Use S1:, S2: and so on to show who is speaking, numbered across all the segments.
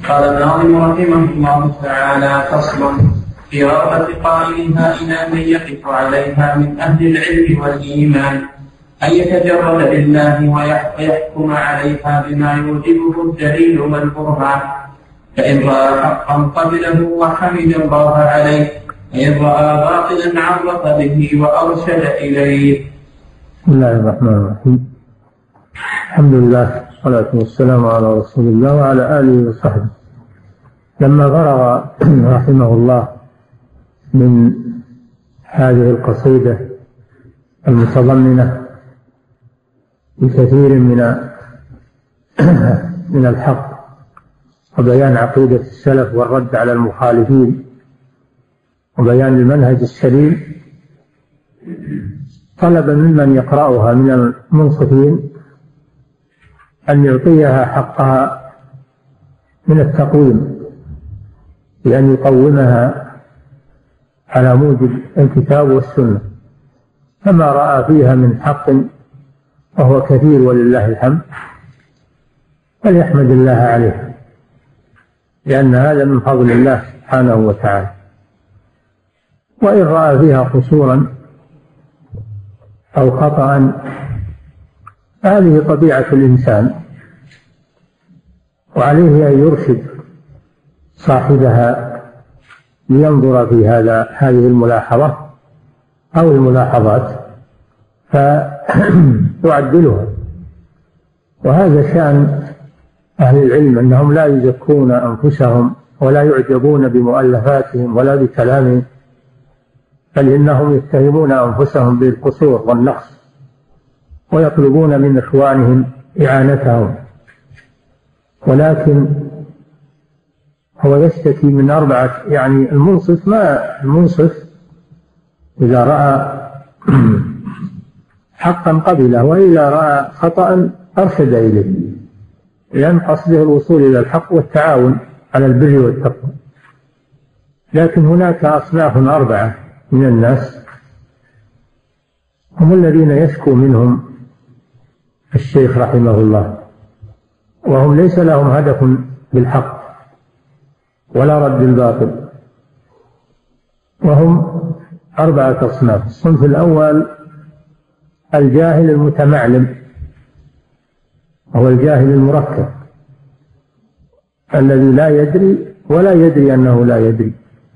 S1: قال الناظم رحمه الله تعالى: فصل في رغبة قائلها إلى من يقف عليها من أهل العلم والإيمان أن يتجرد بالله ويحكم عليها بما يوجبه الدليل والبرهان، فإن رأى حقا قبله وحمد الله عليه، وإن رأى باطلا عرف به وأرشد إليه.
S2: بسم الله الرحمن الرحيم. الحمد لله والصلاة والسلام على رسول الله وعلى آله وصحبه. لما فرغ رحمه الله من هذه القصيدة المتضمنة بكثير من الحق وبيان عقيدة السلف والرد على المخالفين وبيان المنهج السليم، طلب ممن يقرأها من المنصفين أن يعطيها حقها من التقويم، بأن يقومها على موجب الكتاب والسنة، فما رأى فيها من حق وهو كثير ولله الحمد فليحمد الله عليه، لأن هذا من فضل الله سبحانه وتعالى. وإن رأى فيها قصورا أو خطأ فهذه طبيعة الإنسان، وعليه أن يرشد صاحبها لينظر في هذه الملاحظة أو الملاحظات فيعدلها. وهذا شأن أهل العلم، أنهم لا يزكون أنفسهم ولا يعجبون بمؤلفاتهم ولا بكلامهم، بل إنهم يتهمون أنفسهم بالقصور والنقص ويطلبون من إخوانهم إعانتهم. ولكن هو يشتكي من أربعة، يعني المنصف إذا رأى حقا قبله، وإذا رأى خطأ أرشد إليه، لأن قصده الوصول إلى الحق والتعاون على البر والتقوى. لكن هناك أصناف أربعة من الناس هم الذين يشكو منهم الشيخ رحمه الله، وهم ليس لهم هدف بالحق ولا رد الباطل، وهم أربعة أصناف. الصنف الأول الجاهل المتمعلم، وهو الجاهل المركب الذي لا يدري ولا يدري أنه لا يدري.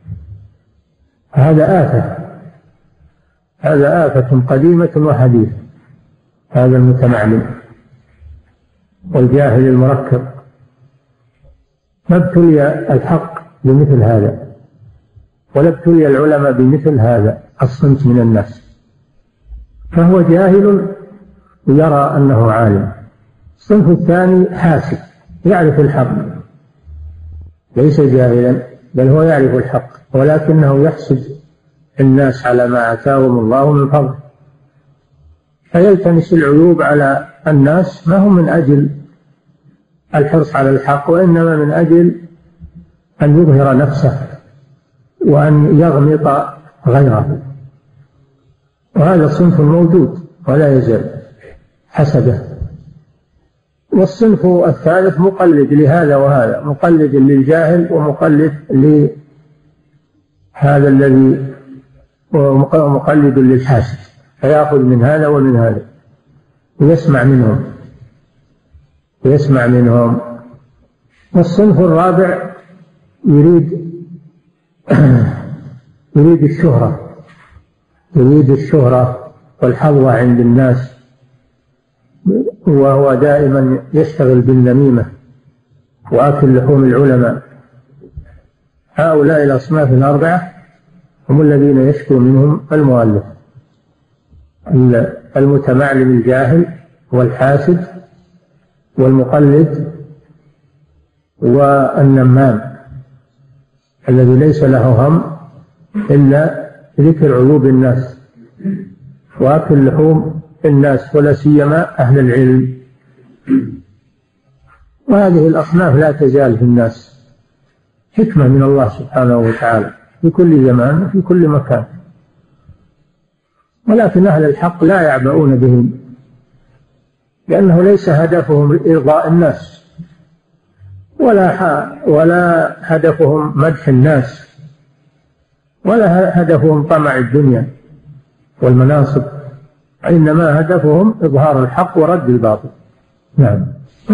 S2: هذا آفة قديمة وحديثة، هذا المتمعلم والجاهل المركب. ما ابتلي الحق بمثل هذا، ولا ابتلي العلماء بمثل هذا الصنف من الناس، فهو جاهل يرى أنه عالم. الصنف الثاني حاسد، يعرف الحق، ليس جاهلا بل هو يعرف الحق، ولكنه يحسد الناس على ما آتاهم الله من فضل، فيلتمس العيوب على الناس، ما هم من أجل الحرص على الحق، وإنما من أجل أن يظهر نفسه وأن يغمط غيره. وهذا صنف موجود ولا يزال حسده. والصنف الثالث مقلد لهذا وهذا، مقلد للجاهل ومقلد لهذا الذي ومقلد للحاسد، فيأخذ من هذا ومن هذا ويسمع منهم. والصنف الرابع يريد الشهرة والحظوة عند الناس، وهو دائما يشتغل بالنميمة وأكل لحوم العلماء. هؤلاء الأصناف الأربعة هم الذين يشكو منهم المؤلف: المتمعلم الجاهل والحاسد والمقلد والنمام الذي ليس له هم إلا ذكر عيوب الناس وأكل لحوم الناس، ولا سيما أهل العلم. وهذه الأصناف لا تزال في الناس، حكمة من الله سبحانه وتعالى في كل زمان وفي كل مكان. ولكن أهل الحق لا يعبؤون بهم، لأنه ليس هدفهم إرضاء الناس، ولا هدفهم مدح الناس، ولا هدفهم طمع الدنيا والمناصب، إنما هدفهم إظهار الحق ورد الباطل. نعم.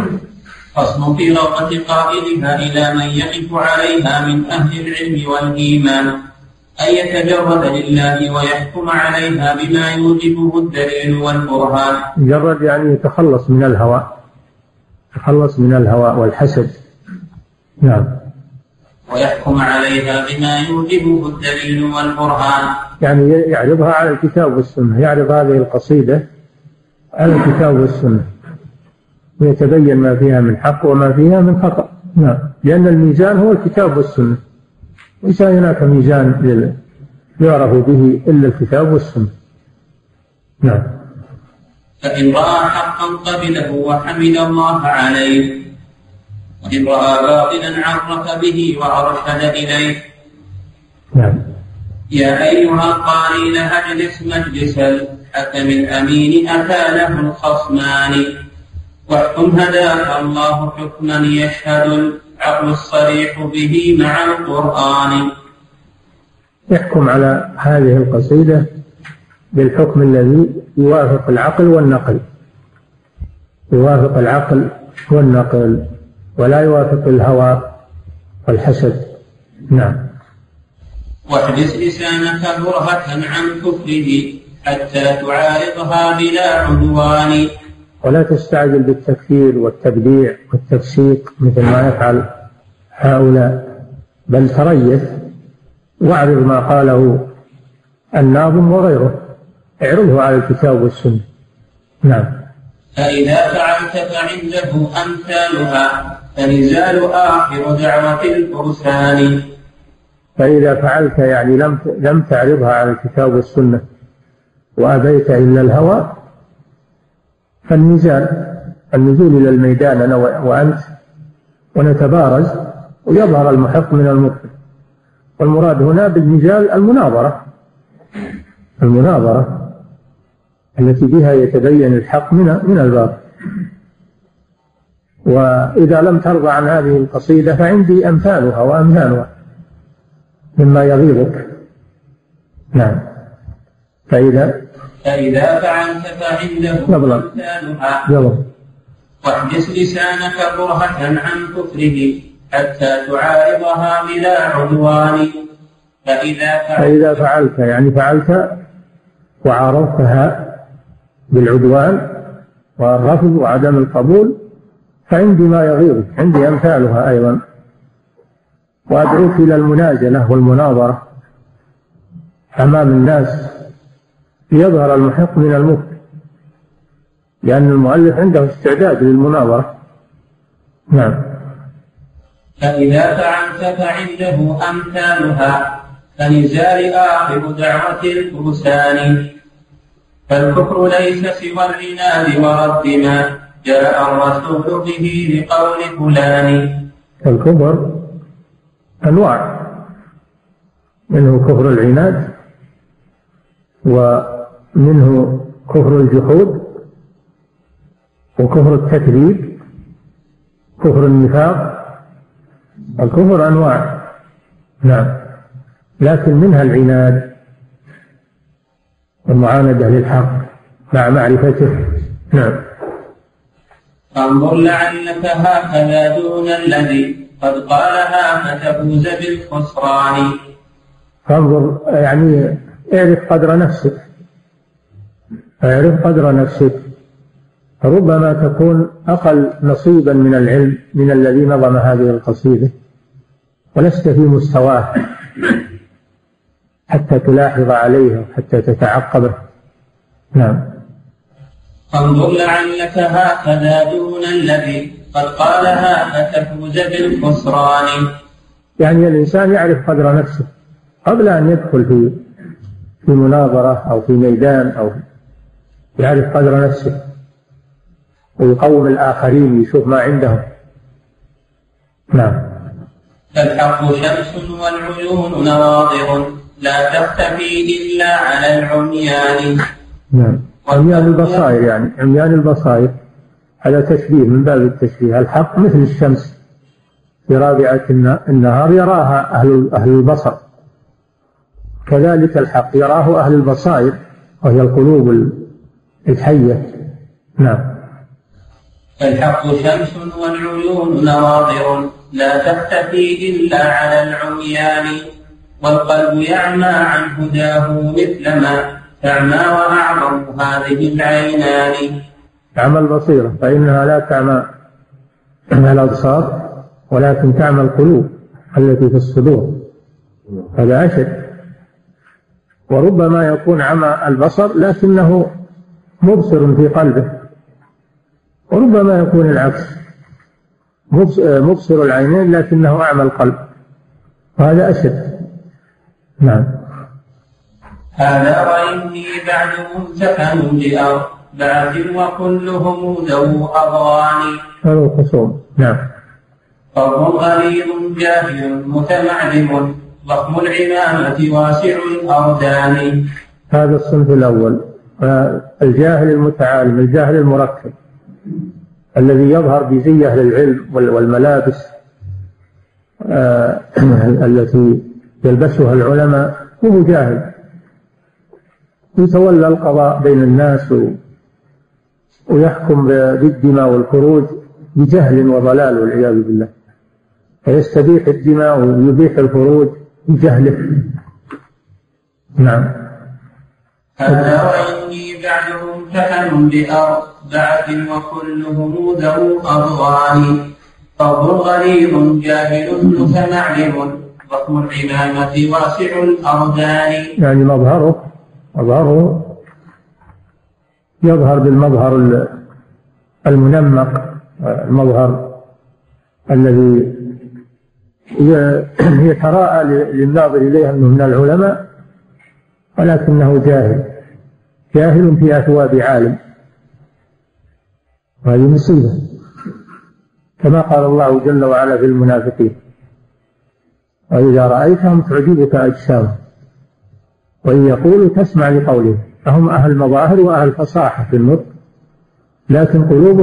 S1: فصل في روضة قائلها إلى من يقف عليها من أهل العلم والإيمان أن يتجرد لله ويحكم عليها بما يوجبه الدليل والبرهان.
S2: جرد يعني يتخلص من الهوى، تخلص من الهوى والحسد. نعم.
S1: ويحكم عليها بما يوجبه الدليل والبرهان،
S2: يعني يعرضها على الكتاب والسنة، يعرض هذه القصيدة على الكتاب والسنة ويتبين ما فيها من حق وما فيها من خطأ. نعم. لأن الميزان هو الكتاب والسنة، ليس هناك ميزان يعرف به إلا الكتاب والسنة. نعم.
S1: فإن رأى حقا قبله وحمد الله عليه، وإن رأى باطلا عرف به وأرشد إليه.
S2: نعم.
S1: يا أيها القارين أجلس مجلس الحكم الأمين أتى له الخصمان، واحكم هداك الله حكما يشهد العقل الصريح به مع القرآن.
S2: يحكم على هذه القصيدة بالحكم الذي يوافق العقل والنقل، يوافق العقل والنقل ولا يوافق الهوى والحسد. نعم.
S1: واحبس لسانك برهة عن كفره حتى تعارضها بلا عدوان.
S2: ولا تستعجل بالتكفير والتبديع والتفسيق مثل ما يفعل هؤلاء، بل تريث واعرض ما قاله الناظم وغيره، اعرضه على الكتاب والسنة. نعم.
S1: فإذا فعلت فعنده أمثالها فنزال آخر دعوة الفرسان.
S2: فإذا فعلت يعني لم تعرضها على الكتاب والسنة وأبيت إلا الهوى، النزول إلى الميدان أنا وأنت ونتبارز ويظهر المحق من المبطل. والمراد هنا بالنزال المناظرة التي بها يتبين الحق من الباطل. وإذا لم ترضى عن هذه القصيدة فعندي أمثالها وأمثالها مما يغيظك. نعم. فإذا
S1: فعلت فعنده أمثالها واحبس لسانك برهة عن كفره حتى تعارضها بلا عدوان.
S2: فإذا فعلت يعني فعلت وعارضتها بالعدوان والرفض وعدم القبول فعندي ما يغيظك، عندي أمثالها أيضا. وأدعوك إلى المنازلة والمناظرة أمام الناس ليظهر المحق من المبطل، لأن المؤلف عنده استعداد للمناظرة. نعم.
S1: فإذا فعلت فعنده أمثالها فنزال آخر دعوة الفرسان. فالكفر ليس سوى العناد ورد ما جاء الرسول به لقول فلان.
S2: الكفر أنواع، منه كفر العناد ومنه كفر الجحود وكفر التكذيب، كفر النفاق. الكفر أنواع. نعم. لكن منها العناد والمعاندة للحق مع معرفته. نعم.
S1: فانظر لعلك هكذا دون الذي قد قالها فتفوز بالخسران.
S2: فانظر يعني اعرف قدر نفسك، اعرف قدر نفسك، ربما تكون أقل نصيبا من العلم من الذي نظم هذه القصيدة ولست في مستواه حتى تلاحظ عليه حتى تتعقبه. نعم.
S1: فانظر لعلك هكذا دون الذي قد قالها فتفوز بالخسران.
S2: يعني الإنسان يعرف قدر نفسه قبل أن يدخل في مناظرة أو في ميدان، أو يعرف قدر نفسه ويقوم الآخرين يشوف ما عندهم. نعم.
S1: فالحق شمس والعيون نواظر لا تختفي إلا على العميان.
S2: نعم. عميان البصائر، يعني عميان البصائر، هذا تشبيه من باب التشبيه. الحق مثل الشمس في رابعة النهار يراها أهل البصر، كذلك الحق يراه أهل البصائر وهي القلوب الحية. نعم.
S1: الحق شمس والعيون نواظر لا تختفي إلا على العميان، والقلب يعمى عن هداه مثلما تعمى وأعظم هذه العينان.
S2: تعمى البصيرة فإنها لا تعمى الأبصار ولكن تعمى القلوب التي في الصدور، هذا أشد. وربما يكون عمى البصر لكنه مبصر في قلبه، وربما يكون العكس، مبصر العينين لكنه أعمى القلب، وهذا أشد. نعم.
S1: هذا وإني بعد ممتحن لأربعة وكلهم ذو أضغان.
S2: هذا الخصوم. نعم.
S1: فضل غليظ جاهل متمعلم ضخم العمامة واسع الأردان.
S2: هذا الصنف الأول، الجاهل المتعالم، الجاهل المركب الذي يظهر بزي أهل العلم والملابس التي يلبسها العلماء، وهو جاهل يتولى القضاء بين الناس ويحكم بالدماء والخروج بجهل وضلال والعياذ بالله، فيستبيح الدماء ويبيح الخروج بجهله. نعم.
S1: هذا وإني بعد ممتحن بأربعة وكلهم ذو أضغان. فضل غليظ جاهل متمعلم ضخم العمامة واسع الأردان.
S2: يعني مظهره يظهر بالمظهر المنمق، المظهر الذي يتراءى للناظر إليه أنه من العلماء، ولكنه جاهل في أثواب عالم، وهذه مصيبة، كما قال الله جل وعلا في المنافقين: وإذا رأيتهم تعجبك أجسامهم وإن يقولوا تسمع لقولهم، فهم أهل مظاهر وأهل فصاحة في النطق، لكن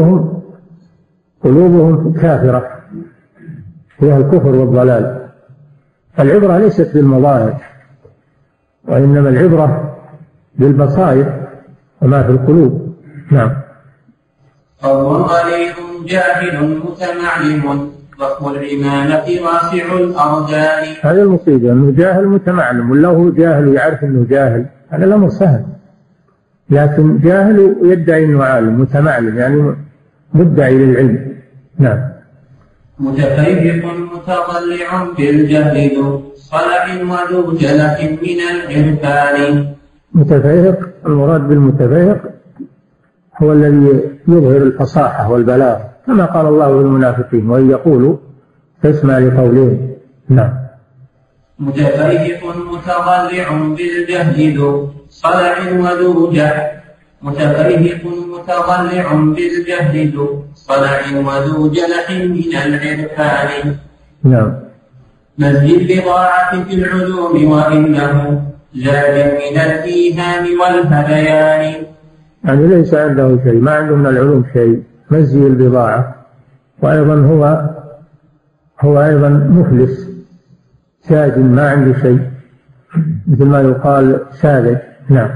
S2: قلوبهم كافرة فيها الكفر والضلال. العبرة ليست بالمظاهر، وإنما العبرة بالبصائر وما في القلوب. نعم.
S1: فضل غليظ جاهل متمعلم ضخم العمامة واسع الأردان.
S2: هذا المصيبة، أنه جاهل متمعلم، ولا هو جاهل ويعرف أنه جاهل، هذا الأمر سهل، لكن جاهل يدعي أنه عالم، متمعلم يعني مدعي للعلم. نعم.
S1: متفيهق متضلع بالجهل ذو صلع وذو جلح من العرفان.
S2: متفيهق، المراد بالمتفيهق هو الذي يظهر الفصاحة والبلاغ، كما قال الله للمنافقين: وإن يقولوا تسمع لقولهم. نعم.
S1: متفيهق متضلع بالجهل ذو صلع وذو جلح. متفيهق متضلع بالجهل ذو صلع وذو جلح من العرفان.
S2: نعم.
S1: مزج البضاعة في العلوم وإنه زاد من الإيهام والهذيان.
S2: يعني ليس عنده شيء، ما عنده من العلوم شيء، مزي البضاعة، وأيضا هو أيضا مفلس ساذج، ما عنده شيء، مثل ما يقال ساذج. نعم.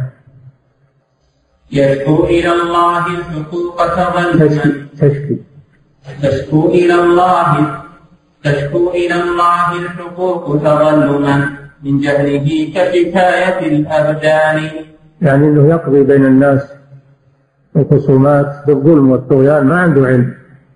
S1: يشكو إلى الله الحقوق تظلما. تشكو إلى الله الحقوق تظلما من جهله كحكاية الأبدان.
S2: يعني أنه يقضي بين الناس الخصومات بالظلم والطغيان، ما عنده علم،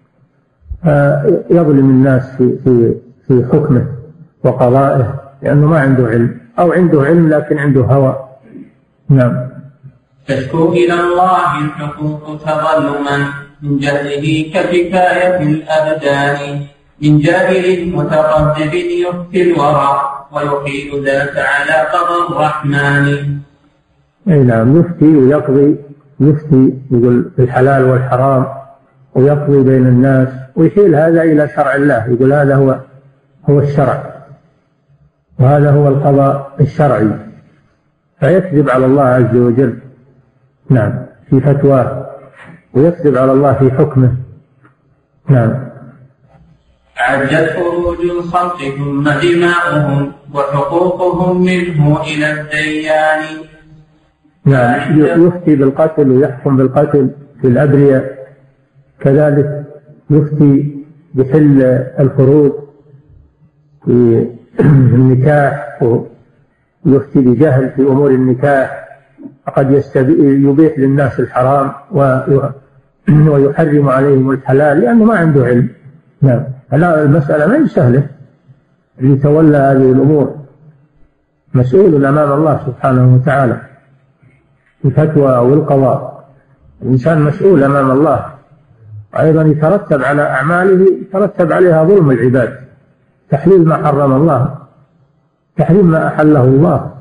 S2: يظلم الناس في حكمه وقضائه، لأنه ما عنده علم، أو عنده علم لكن عنده هوى. نعم.
S1: تشكو إلى الله الحقوق تظلما من جهله كحكاية الأبدان. من جاهل متقدم يخفي الورى ويحيل ذاك على قضى الرحمن.
S2: أي نعم، يفتي ويقضي، يفتي يقول الحلال والحرام ويقضي بين الناس ويحيل هذا إلى شرع الله، يقول هذا هو الشرع وهذا هو القضاء الشرعي، فيكذب على الله عز وجل. نعم. في فتواه، ويكذب على الله في حكمه. نعم.
S1: عجت فروج الخلق ثم دماؤهم وحقوقهم منه إلى الديان.
S2: نعم، يفتي بالقتل ويحكم بالقتل في الأبرياء، كذلك يفتي بحل الفروج في النكاح، ويفتي بجهل في أمور النكاح، قد يبيح للناس الحرام ويحرم عليهم الحلال لأنه ما عنده علم. نعم، المسألة ما هي سهلة، اللي تولى هذه الأمور مسؤول أمام الله سبحانه وتعالى، الفتوى أو القضاء، الإنسان مسؤول أمام الله، أيضا يترتب على أعماله يترتب عليها ظلم العباد، تحليل ما حرم الله، تحريم ما أحله الله،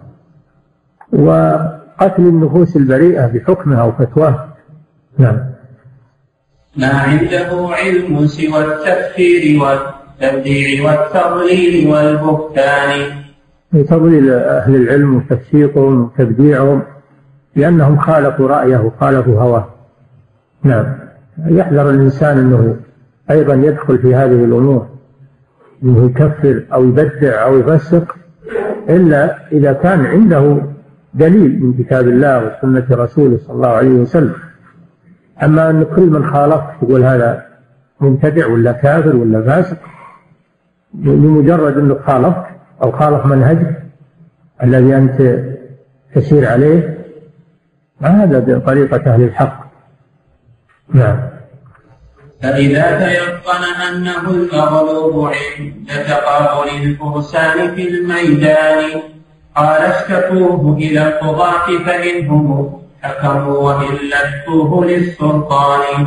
S2: وقتل النفوس البريئة بحكمها وفتواه. نعم.
S1: ما عنده علم سوى التكفير والتبديع والتضليل والبهتان.
S2: تضليل أهل العلم وتفسيقهم وتبديعهم لأنهم خالفوا رأيه وخالفوا هواه. نعم، يحذر الإنسان أنه أيضا يدخل في هذه الأمور، أنه يكفر أو يبدع أو يفسق، إلا إذا كان عنده دليل من كتاب الله وسنة رسوله صلى الله عليه وسلم. أما أن كل من خالف يقول هذا مبتدع ولا كافر ولا فاسق لمجرد أنه خالف أو خالف منهج الذي أنت تسير عليه، ما هذا طريقة أهل الحق. نعم.
S1: فإذا تيقن أنه المغلوب عند تقابل الفرسان في الميدان قال اشتكوه إلى القضاة فإنهم حكموا وإلا اشتوه للسلطان.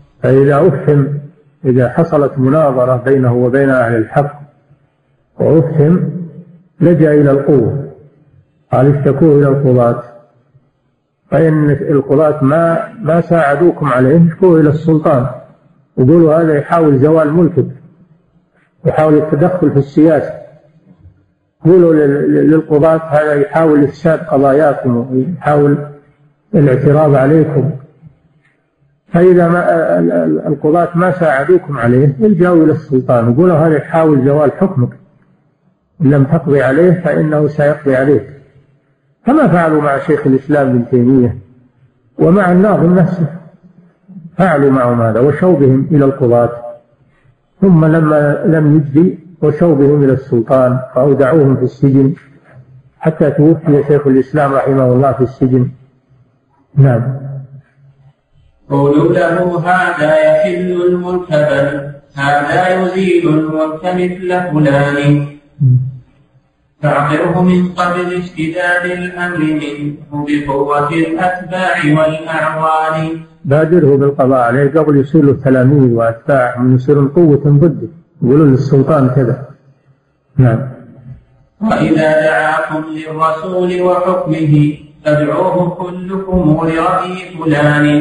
S2: إذا حصلت مناظرة بينه وبين أهل الحق وأفهم لجأ إلى القوة، قال اشتكوه إلى القضاة، فإن القضاة ما ساعدوكم عليه اشتكوه إلى السلطان، وقولوا هذا يحاول زوال ملكك، يحاول التدخل في السياسة، قولوا للقضاة هذا يحاول إفساد قضاياكم ويحاول الاعتراض عليكم. فإذا القضاة ما ساعدوكم عليه الجأوا إلى السلطان وقولوا هذا يحاول زوال حكمك، إن لم تقضي عليه فإنه سيقضي عليك، كما فعلوا مع شيخ الإسلام ابن تيمية ومع الناظم نفسه، فعلوا معهم هذا وشوا بهم إلى القضاة، ثم لما لم يجدي وشوا بهم إلى السلطان فأودعوهم في السجن حتى توفي شيخ الإسلام رحمه الله في السجن. نعم.
S1: قولوا له هذا يحل الملك بل هذا يزيل الملك مثل فلان، فاعقره من قبل اشتداد الأمر منه بقوة الأتباع والأعوان.
S2: بادره بالقضاء عليه قبل يصير له تلاميذ وأتباع من يصير قوة ضده، يقولون للسلطان كذا. نعم.
S1: وإذا دعاكم للرسول وحكمه فادعوه كلكم لرأي فلان.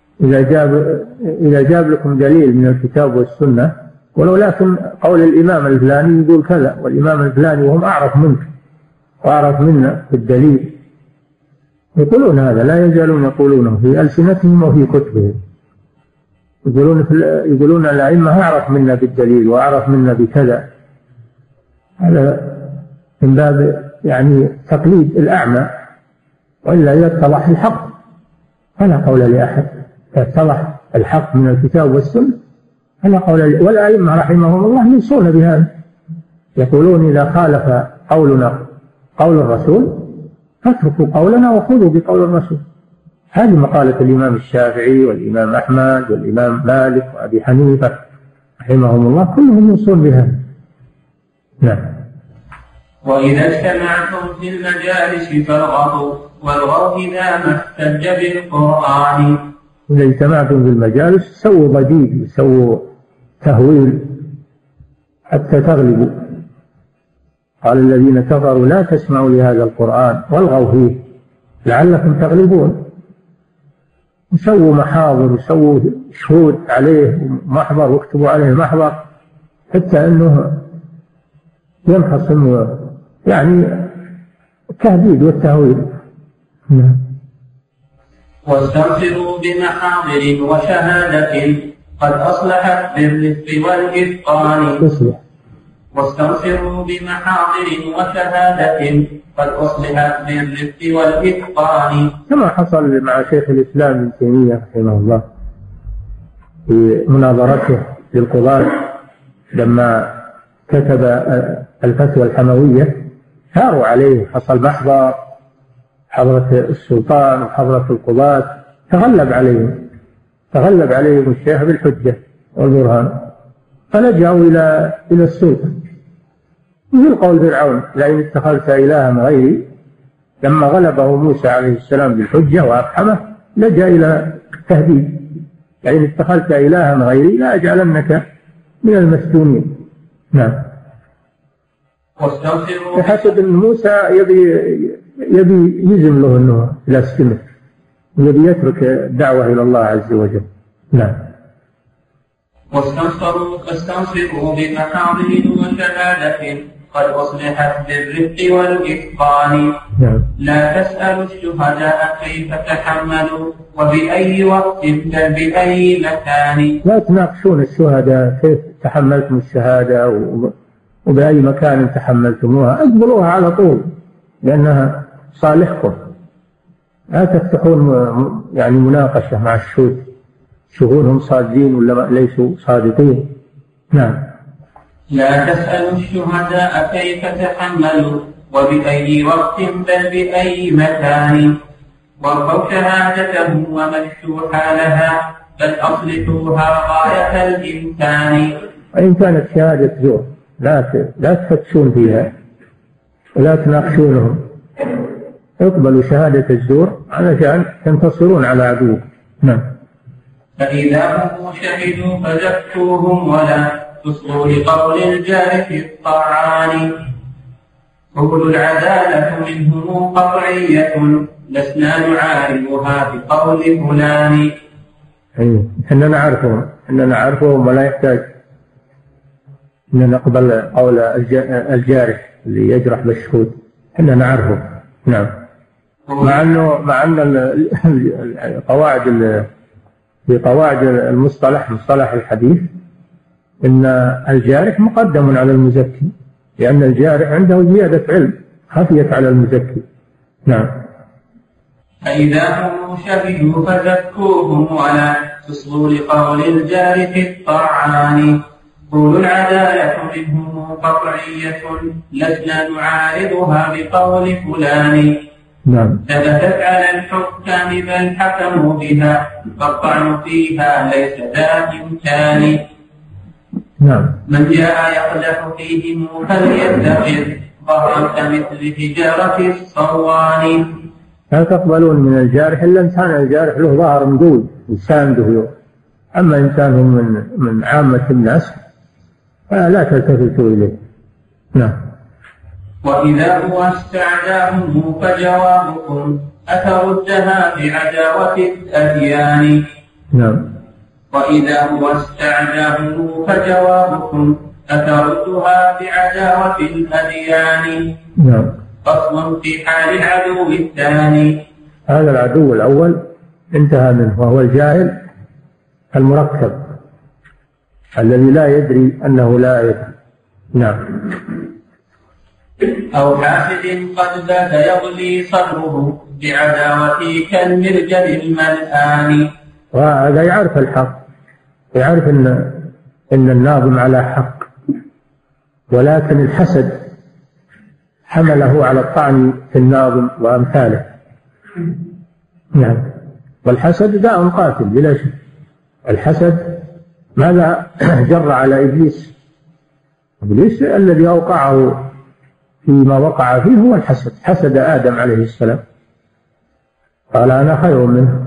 S2: إذا جاب لكم دليل من الكتاب والسنة، ولو لكن قول الإمام الفلاني يقول كذا والإمام الفلاني وهم أعرف منك وأعرف منا في الدليل، يقولون هذا، لا يزالون يقولونه في ألسنتهم وفي كتبهم، يقولون الأئمة أعرف منا بالدليل وأعرف منا بكذا. هذا من باب يعني تقليد الأعمى، وإلا إذا اتضح الحق فلا قول لأحد، إذا اتضح الحق من الكتاب والسنة فلا قول. والأئمة رحمهم الله يوصون بهذا، يقولون إذا خالف قولنا قول الرسول فاتركوا قولنا وخذوا بقول الرسول. هذه مقالة الإمام الشافعي والإمام أحمد والإمام مالك وأبي حنيفة رحمهم الله، كلهم يوصون بهذا. نعم.
S1: وإذا اجتمعتم في المجالس فارغبوا والغوا إذا ما احتج بالقرآن.
S2: إذا اجتمعتم في المجالس سووا ضجيج، سووا تهويل حتى تغلبوا. قال الذين كفروا لا تسمعوا لهذا القرآن والغوا فيه لعلكم تغلبون. وسووا محاضر وسووا شهود عليه محضر واكتبوا عليه محضر حتى أنه ينخصم، يعني التهديد والتهويل.
S1: واستغفروا بمحاضر وشهادة قد أصلحت بالرفق والإتقان. واستنصروا بمحاضر وشهادة قد أصلحت بالرفق والإتقان.
S2: كما حصل مع شيخ الإسلام ابن تيمية رحمه الله في مناظرته للقضاة لما كتب الفتوى الحموية، ثاروا عليه، حصل محضر حضرة السلطان وحضرة القضاة، تغلب عليهم الشيخ بالحجة والبرهان، فلجأوا إلى السلطة. مثل قول فرعون: لئن اتخذت إلها غيري، لما غلبه موسى عليه السلام بالحجة وأفحمه لجأ إلى التهديد: لئن اتخذت إلها غيري لأجعلنك من المسجونين. نعم. فحسب أن موسى يبي يزم له أنه لا يستمر، يبي يترك الدعوة إلى الله عز وجل. نعم.
S1: واستنصروا بمحاضر وشهادة قد أصلحت بالرفق والإتقان. لا تسألوا الشهداء كيف تحملوا وبأي وقت بل بأي مكان.
S2: لا تناقشون الشهداء كيف تحملتم الشهادة وبأي مكان تحملتموها، اقبلوها على طول لأنها صالحكم. لا تفتحون يعني مناقشة مع الشهود، شهودهم صادقين ولا ليسوا صادقين. نعم.
S1: لا تسألوا الشهداء كيف تحملوا وبأي وقت بل بأي مكان. وارفوا شهادتهم ومشوا حالها بل أصلحوها غاية الإمكان.
S2: وإن كانت شهادة زور لا تفتشون فيها ولا تناقشونهم، اقبلوا شهادة الزور علشان تنتصرون على عدوكم. نعم.
S1: فإذا هم شهدوا فزكوهم ولا تصغوا لقول الجارح الطعان. حكم العدالة منهم قطعية لسنا نعارضها بقول فلان.
S2: إننا نعرفهم ولا يحتاج أن نقبل قول الجارح اللي يجرح بالشهود، إننا نعرفه. نعم. مع أن في قواعد المصطلح، مصطلح الحديث، إن الجارح مقدم على المزكي، لأن الجارح عنده زيادة علم خفيت على المزكي. نعم.
S1: فإذا هم شهدوا فزكوهم ولا تصغوا لقول الجارح الطعان. قول العدالة منهم قطعية لسنا نعارضها بقول فلان.
S2: نعم.
S1: ثبتت على الحكام بل حكموا بها فالطعن فيها ليس ذا إمكان.
S2: نعم.
S1: من جاء يقدح فيهم فليتخذ ظهرا كمثل حجارة الصوان.
S2: لا تقبلون من الجارح إلا إن كان الجارح له ظهر قوي يسانده، أما إن كان من عامة الناس فلا تلتفتوا إليه. نعم.
S1: وإذا هو استعداهم فجوابكم أتردها بعداوة الأديان.
S2: نعم.
S1: وإذا هو استعداهم فجوابكم أتردها بعداوة الأديان.
S2: نعم.
S1: فصل في حال العدو الثاني.
S2: هذا العدو الأول انتهى منه، وهو الجاهل المركب الذي لا يدري أنه لا يدري. نعم.
S1: أو حاسد قد بات يغلي صدره بعداوته كالمرجل الملآن.
S2: وهذا يعرف الحق، يعرف إن الناظم على حق، ولكن الحسد حمله على الطعن في الناظم وأمثاله. نعم. والحسد داء قاتل بلا شك. الحسد ماذا جر على إبليس؟ إبليس الذي أوقعه فيما وقع فيه هو الحسد. حسد آدم عليه السلام، قال أنا خير منه.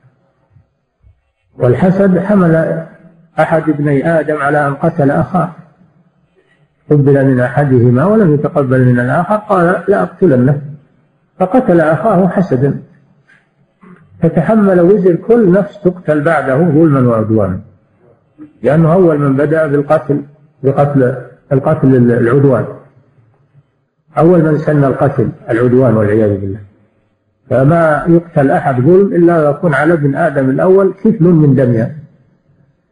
S2: والحسد حمل أحد ابني آدم على أن قتل أخاه، قبل من أحدهما ولم يتقبل من الآخر، قال لا أقتلنه، فقتل أخاه حسدا، فتحمل وزر كل نفس تقتل بعده ظلما وعدوانا، لأنه أول من بدأ بالقتل العدوان، أول من سن القتل العدوان والعياذ بالله. فما يقتل أحد ظلم إلا يكون على ابن آدم الأول كفل من دمها،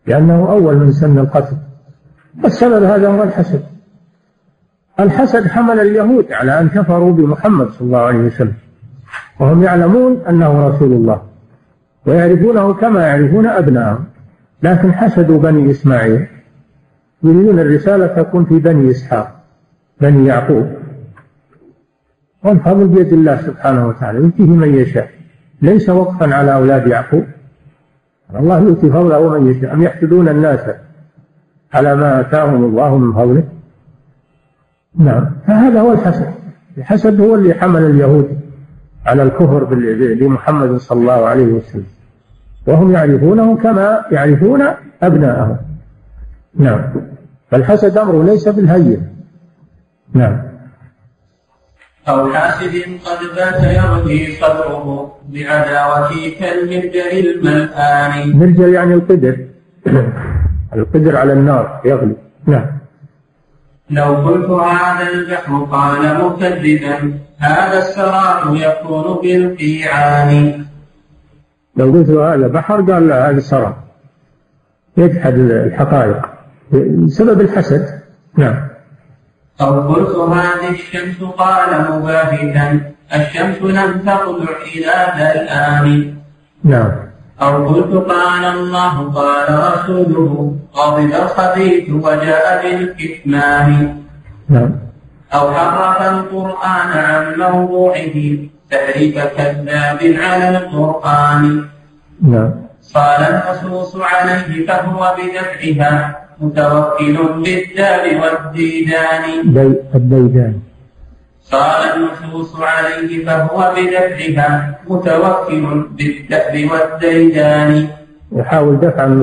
S2: لأنه أول من سن القتل. والسبب هذا هو الحسد. الحسد حمل اليهود على أن كفروا بمحمد صلى الله عليه وسلم، وهم يعلمون أنه رسول الله ويعرفونه كما يعرفون أبنائهم، لكن حسدوا بني إسماعيل، يريدون الرسالة تكون في بني إسحاق بني يعقوب، والفضل بيد الله سبحانه وتعالى يؤتيه من يشاء، ليس وقفا على أولاد يعقوب، الله يؤتي فضله من يشاء. أم يحسدون الناس على ما آتاهم الله من فضله؟ نعم، فهذا هو الحسد. الحسد هو اللي حمل اليهود على الكفر بمحمد صلى الله عليه وسلم، وهم يعرفونه كما يعرفون أبناءهم. نعم، فالحسد أمر ليس بالهين. نعم.
S1: أو حاسد قد بات يرجي صدره بعداوتي كالمرجل الملآن.
S2: مرجل يعني القدر القدر على النار يغلي. نعم.
S1: لو قلت هذا البحر قال مكذبا هذا السراب يكون بالقيعان.
S2: لو قلت هذا بحر قال لا هذا السراب، يجحد الحقائق بسبب الحسد. نعم.
S1: أو قلت هذه الشمس قال مباهتا الشمس لم تطلع إلى ذا الآن.
S2: نعم.
S1: أو قلت قال الله قال رسوله غضب الخبيث وجاء بالكتمان.
S2: نعم.
S1: أو حرف القرآن عن موضوعه تحريف كذاب على القرآن.
S2: نعم.
S1: صال النصوص عليه فهو بدفعها متوكل بالدار والديدان.
S2: الديدان.
S1: صال النصوص عليه فهو بدفعها متوكل بالدار والديدان.
S2: يحاول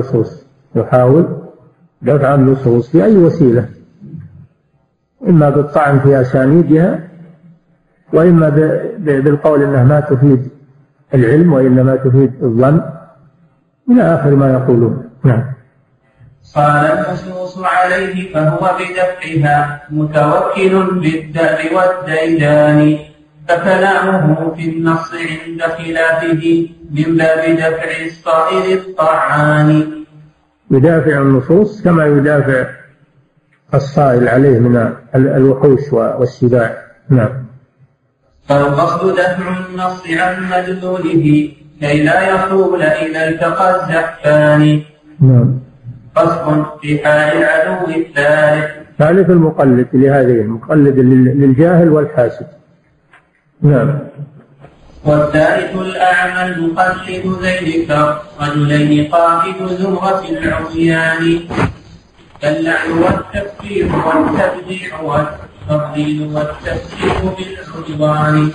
S2: دفع النصوص بأي وسيلة، إما بالطعن في أسانيدها، وإما بالقول أنها ما تفيد العلم وإنما تفيد الظن، إلى آخر ما يقولون. نعم.
S1: صال النصوص عليه فهو بدفعها متوكل بالدار والديدان. فكلامه في النص عند خلافه من باب دفع الصائر الطعان.
S2: يدافع النصوص كما يدافع الصائل عليه من الوحوش والسباع. نعم.
S1: فالقصد دفع النص عن مدلوله كي لا يقول إذا التقى الزحفان.
S2: نعم.
S1: فصل في حال العدو
S2: ثالث المقلد لهذين، المقلد للجاهل والحاسد. نعم.
S1: والثالث الأعمى المقلد ذلك رجلين قائد زمرة العصيان. كاللعن والتكفير والتبديع والتضليل والتفسير بالعدوان.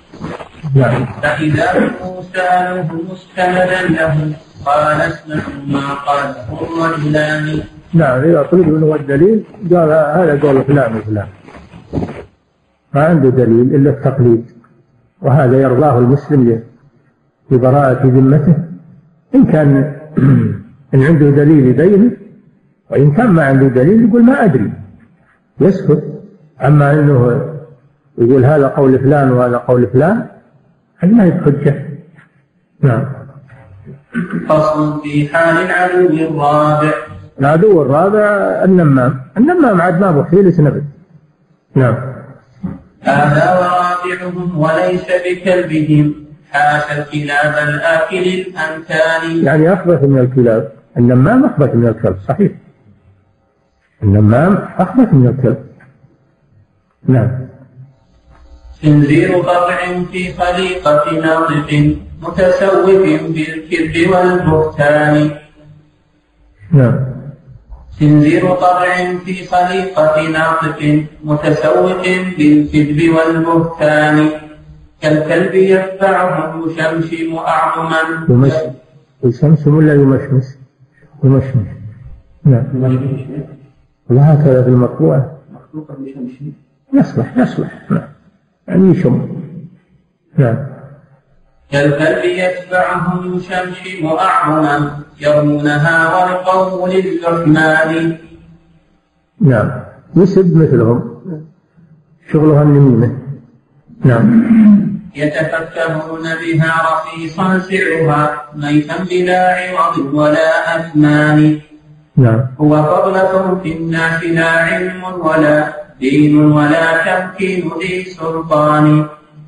S1: فإذا موسى مستندا له قال اسمعوا ما قاله الرجلان.
S2: نعم، إذا طلب منه الدليل قال هذا قول فلان وفلان، ما عنده دليل إلا التقليد، وهذا يرضاه المسلم لبراءة ذمته إن كان إن عنده دليل يبينه، وإن كان ما عنده دليل يقول ما أدري يسكت. أما أنه يقول هذا قول فلان وهذا قول فلان هذا ما يحجة. نعم.
S1: فصل في حال العدو الرابع.
S2: العدو الرابع النمام عاد ما بحيلة نبت. نعم.
S1: هذا ورابعهم وليس بكلبهم حاشا الكلاب الآكل الأنتان.
S2: يعني أخبث من الكلاب، النمام أخبث من الكلب، صحيح، النمام أخبث من الكلب. نعم.
S1: خنزير قطع في خليقة ناطق متسوف بالكذب والبهتان.
S2: نعم.
S1: خنزير قطع في خليقة ناطق متسوف بالكذب والبهتان. كالكلب يتبعهم يشمشم أعظما.
S2: يشمشم ولا يمشمش؟ يمشمش. نعم. وهكذا في المطبوعة
S1: مخلوقا بشمشم
S2: يصلح. نعم. يعني يشم. نعم.
S1: كالكلب يتبعهم يشمشم أعظما يرمونها والقوم للرحمن.
S2: نعم. يسب مثلهم، شغلها النميمة. نعم.
S1: يتفكهون بها رخيصا سعرها ميتا بلا عوض ولا أثمان.
S2: نعم.
S1: هو فضلة في الناس لا علم ولا دين ولا تمكين ذي سلطان.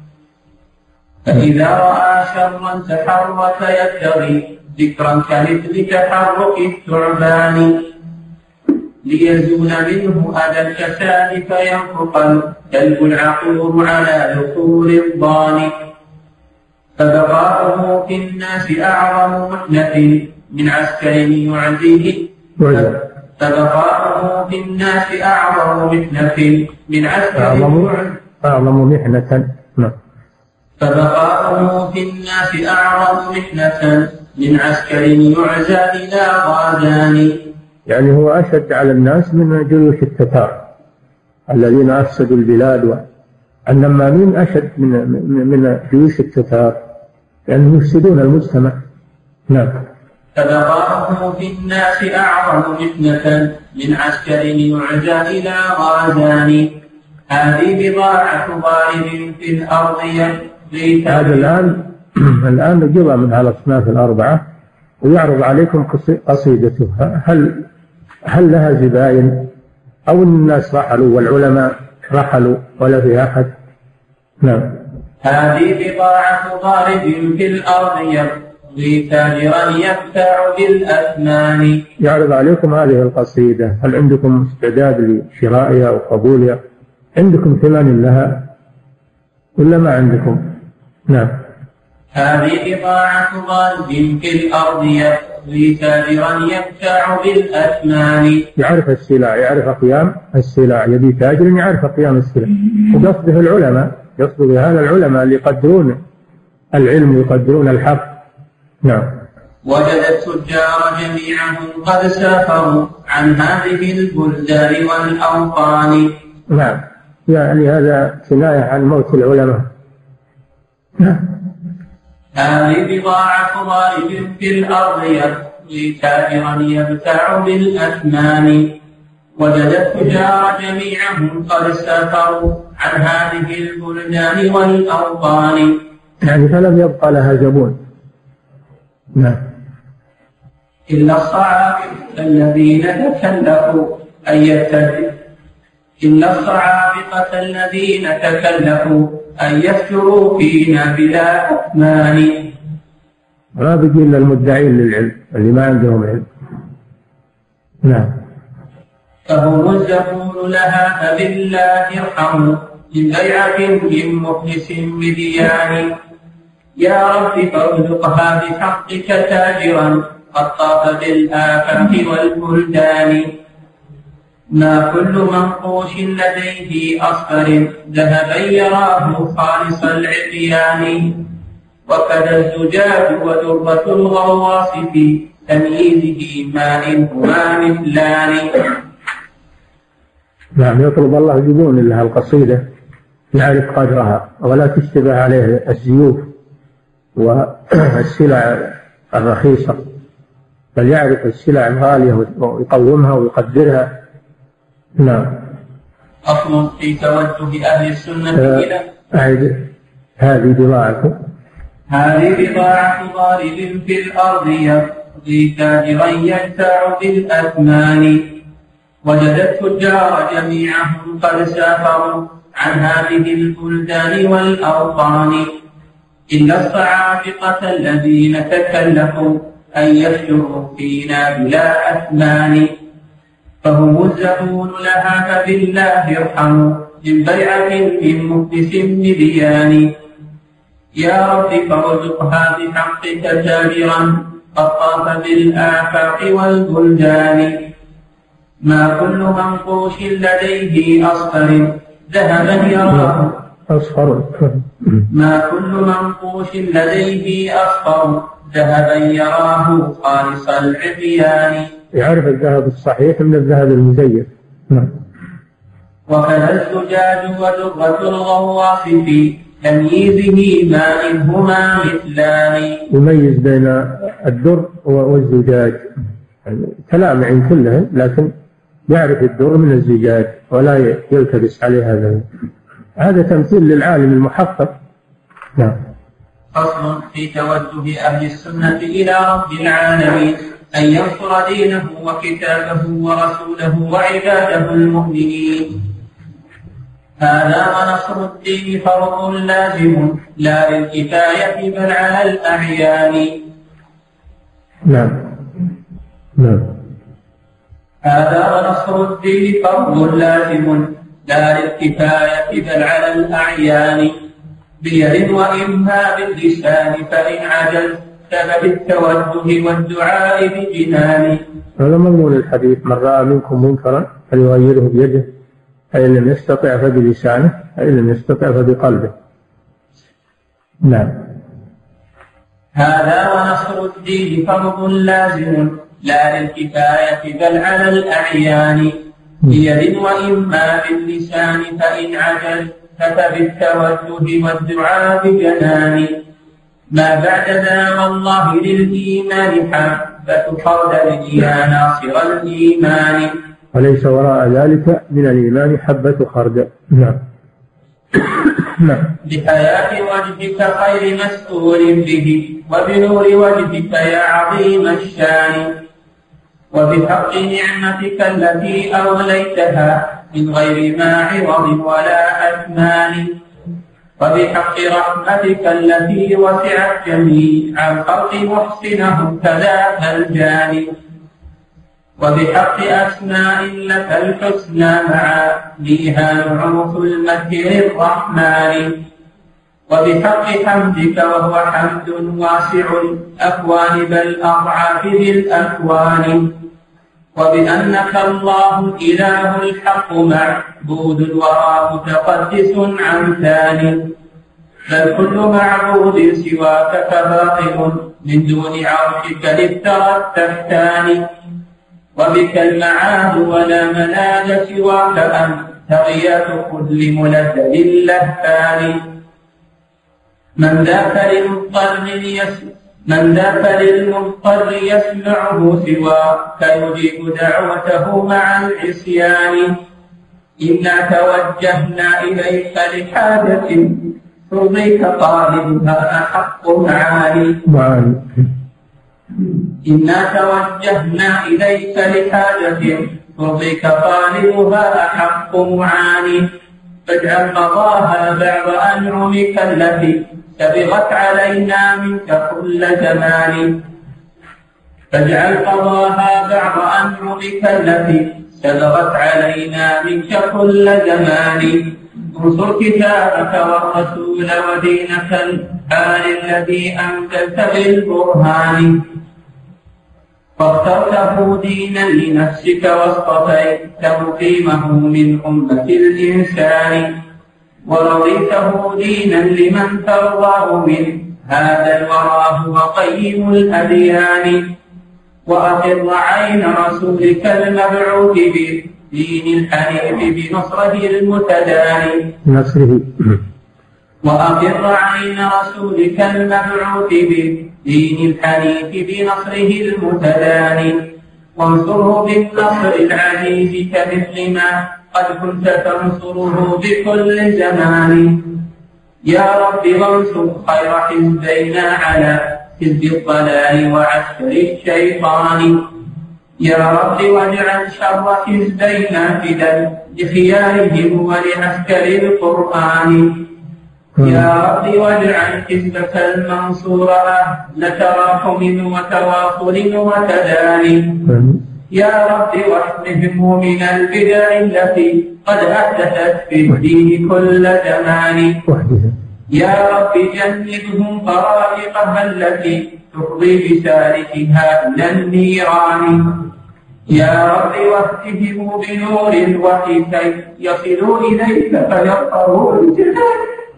S1: فإذا رأى شرا تحرك يبتغي ذكرا كمثل تحرك الثعبان، ليزول منه أذى الجساد فينفق الكلب العقور على ذكور الضان. فبقاؤه في الناس أعظم محنة من عسكر يعزيه. فبقاؤه في الناس أعظم محنة من عسكر
S2: أعظم محنة.
S1: فبقاؤه في الناس أعظم محنة من عسكر يعزى إلى غازان.
S2: يعني هو أشد على الناس من جيوش التتار الذين أفسدوا البلاد، والنمامين أشد من جيوش التتار لأنهم يفسدون المجتمع. نعم.
S1: فبقاؤه في الناس أعظم محنة من عسكر يعزى إلى غازان. هذه بضاعة ضارب في الأرض
S2: هذا الآن جزء من هالأصناف الأربعة، ويعرض عليكم قصيدته. هل لها زباين أو الناس رحلوا والعلماء رحلوا ولا في أحد؟ نعم.
S1: هذه بضاعة ضارب في الأرض يبغي تاجرا يبتاع بالأثمان.
S2: يعرض عليكم هذه القصيدة، هل عندكم استعداد لشرائها وقبولها؟ عندكم ثمن لها ولا ما عندكم؟ نعم.
S1: هذه بضاعة ضارب في الأرض يبغي تاجرا يبتاع بالأثمان.
S2: يعرف السلع، يعرف قيام السلع، يبي تاجر يعرف قيام السلع. وقصده العلماء، يقصد بهذا العلماء اللي يقدرون العلم ويقدرون الحق. نعم.
S1: وجد التجار جميعهم قد سافروا عن هذه البلدان والأوطان.
S2: نعم، يعني هذا كناية عن موت العلماء. نعم.
S1: هذه بضاعة ضارب في الأرض يبغي تاجرا يبتاع بالأثمان. وجد التجار جميعهم قد سافروا عن هذه البلدان والأوطان.
S2: يعني فلم يبقى لها زبون. نعم.
S1: إلا الصعابة الذين تكلفوا أن يتبعوا إلا الصعابقة الذين تكلفوا أن يفتروا فينا بلا أثمان.
S2: ما بقي إلا المدعين للعلم اللي ما عندهم علم. نعم.
S1: فهم الزبون لها فبالله ارحموا من بيعة من مخلص بديان. يا رب فارزقها بحقك تاجرا قد طاف بالآفاق والبلدان. ما كل منقوش لديه أصفر ذهبا يراه خالص العقيان. وكذا الزجاج ودرة الغواص في تمييزه ماء هما مثلان.
S2: نعم. يطلب الله زبون لها القصيدة يعرف قدرها ولا تشتبه عليه الزيوف والسلع الرخيصة، بل يعرف السلع الغالية ويقومها ويقدرها. نعم.
S1: أصل في توجه أهل السنة إلى
S2: هذه بضاعة
S1: ضارب في الأرض يبغي تاجرا يبتاع بالأثمان. وجد التجار جميعهم قد سافروا عن هذه البلدان والأوطان. إلا الصعافقة الذين تكلفوا أن يفتروا فينا بلا أثمان. فهم الزبون لها فبالله ارحموا من بيعة من مخلص بديان. يا رب فارزقها بحقك تاجرا قد طاف بالآفاق والبلدان. ما كل منقوش لديه أصفر ذهبا يراه ما كل منقوش لديه أصفر ذهبا يراه خالص العقيان.
S2: يعرف الذهب الصحيح من الذهب المزيف.
S1: وكذا الزجاج ودرة الغواص في تمييزه ماء هما مثلان.
S2: يميز بين الدر والزجاج، تلامع كلهم، لكن يعرف الدر من الزجاج ولا يلتبس عليه. هذا تمثيل للعالم المحقق. نعم.
S1: فصل في توجه أهل السنة إلى رب العالمين. أن ينصر دينه وكتابه ورسوله وعباده المؤمنين. هذا ونصر الدين فرض لازم لا للكفاية بل على الأعيان.
S2: نعم.
S1: هذا ونصر الدين فرض لازم لا للكفاية بل على الأعيان. بيد وإما باللسان فإن عجز فبالتوجه والدعاء بجنان.
S2: هذا مضمون الحديث: من رأى منكم منكرا فليغيره بيده، فإن لم يستطع فبلسانه، فإن لم يستطع فبقلبه. نعم.
S1: هذا ونصر الدين فرض لازم لا للكفاية بل على الأعيان. بيد وإما باللسان فإن عجز فبالتوجه والدعاء بجنان. ما بعد ذا والله للإيمان حبة خردل يا ناصر الإيمان.
S2: وليس وراء ذلك من الإيمان حبة خردل. نعم.
S1: بحياة وجهك خير مسؤول به وبنور وجهك يا عظيم الشان. وبحق نعمتك التي أوليتها من غير ما عوض ولا أثمان. وبحق رحمتك التي وسعت جميع الخلق محسنهم كذاك الجاني. وبحق أسماء لك الحسنى معانيها نعوف المجد للرحمن. وبحق حمدك وهو حمد واسع الأكوان بل أضعاف ذي الأكوان. وبأنك الله الإله الحق معبود الورى متقدس عن ثاني. بل كل معبود سواك فباطل من دون عرشك للثرى التحتان. وبك المعاد ولا منال سواك أنت غياث كل ملذذ اللهفان. من ذاك للمضطر يسمعه سواك يجيب دعوته مع العصيان. إنا توجهنا إليك لحاجة ترضيك طالبها أحق معاني. إنا توجهنا إليك لحاجة ترضيك طالبها أحق معاني. فاجعل قضاها بعض أنعمك التي سبغت علينا منك كل زمان. فاجعل قضاها بعض أنعمك التي سبغت علينا منك كل زمان. انصر كتابك والرسول ودينك الحال الذي أنزلت بالبرهان. فاخترته دينا لنفسك واصطفيته قيمه من أمة الإنسان. ورضيته دينا لمن ترضاه من هذا الورى هو قيم الأديان. وأقر عين رسولك المبعوث بالدين الحنيف بنصره المتداني. وأقر عين رسولك المبعوث بالدين الحنيف بنصره المتداني. وانصره بالنصر العزيز كمثل ما قد كنت تنصره بكل زمان. يا رب وانصر خير حزبينا على حزب الضلال وعسكر الشيطان. يا رب واجعل شر حزبينا فدا لخيارهم ولعسكر القرآن. يا رب واجعل حزبك المنصور أهل تراحم وتواصل وتداني. يا رب واحمهم من البدع التي قد أحدثت في الدين كل زمان. يا رب جنبهم طرائقها التي تفضي بسالكها إلى النيران. يا رب واهدهم بنور الوحي كي يصلوا إليك فيظهروا الجنان.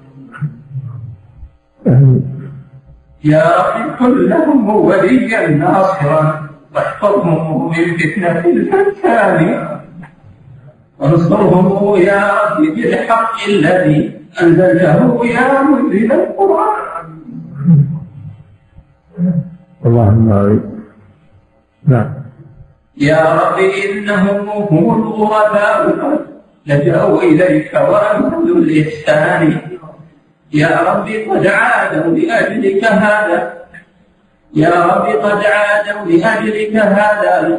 S1: يا رب كن لهم وليا ناصرا واحفظهم من فتنة الفتان. وانصرهم يا رب بالحق الذي أنزلته يا منزل القرآن.
S2: اللهم آمين. نعم.
S1: يا رب إنهم هم الغرباء قد لجأوا إليك وأنزلوا الإحسان. يا رب قد عادوا لأجلك هذا يا رب قد عادوا لأجلك هذا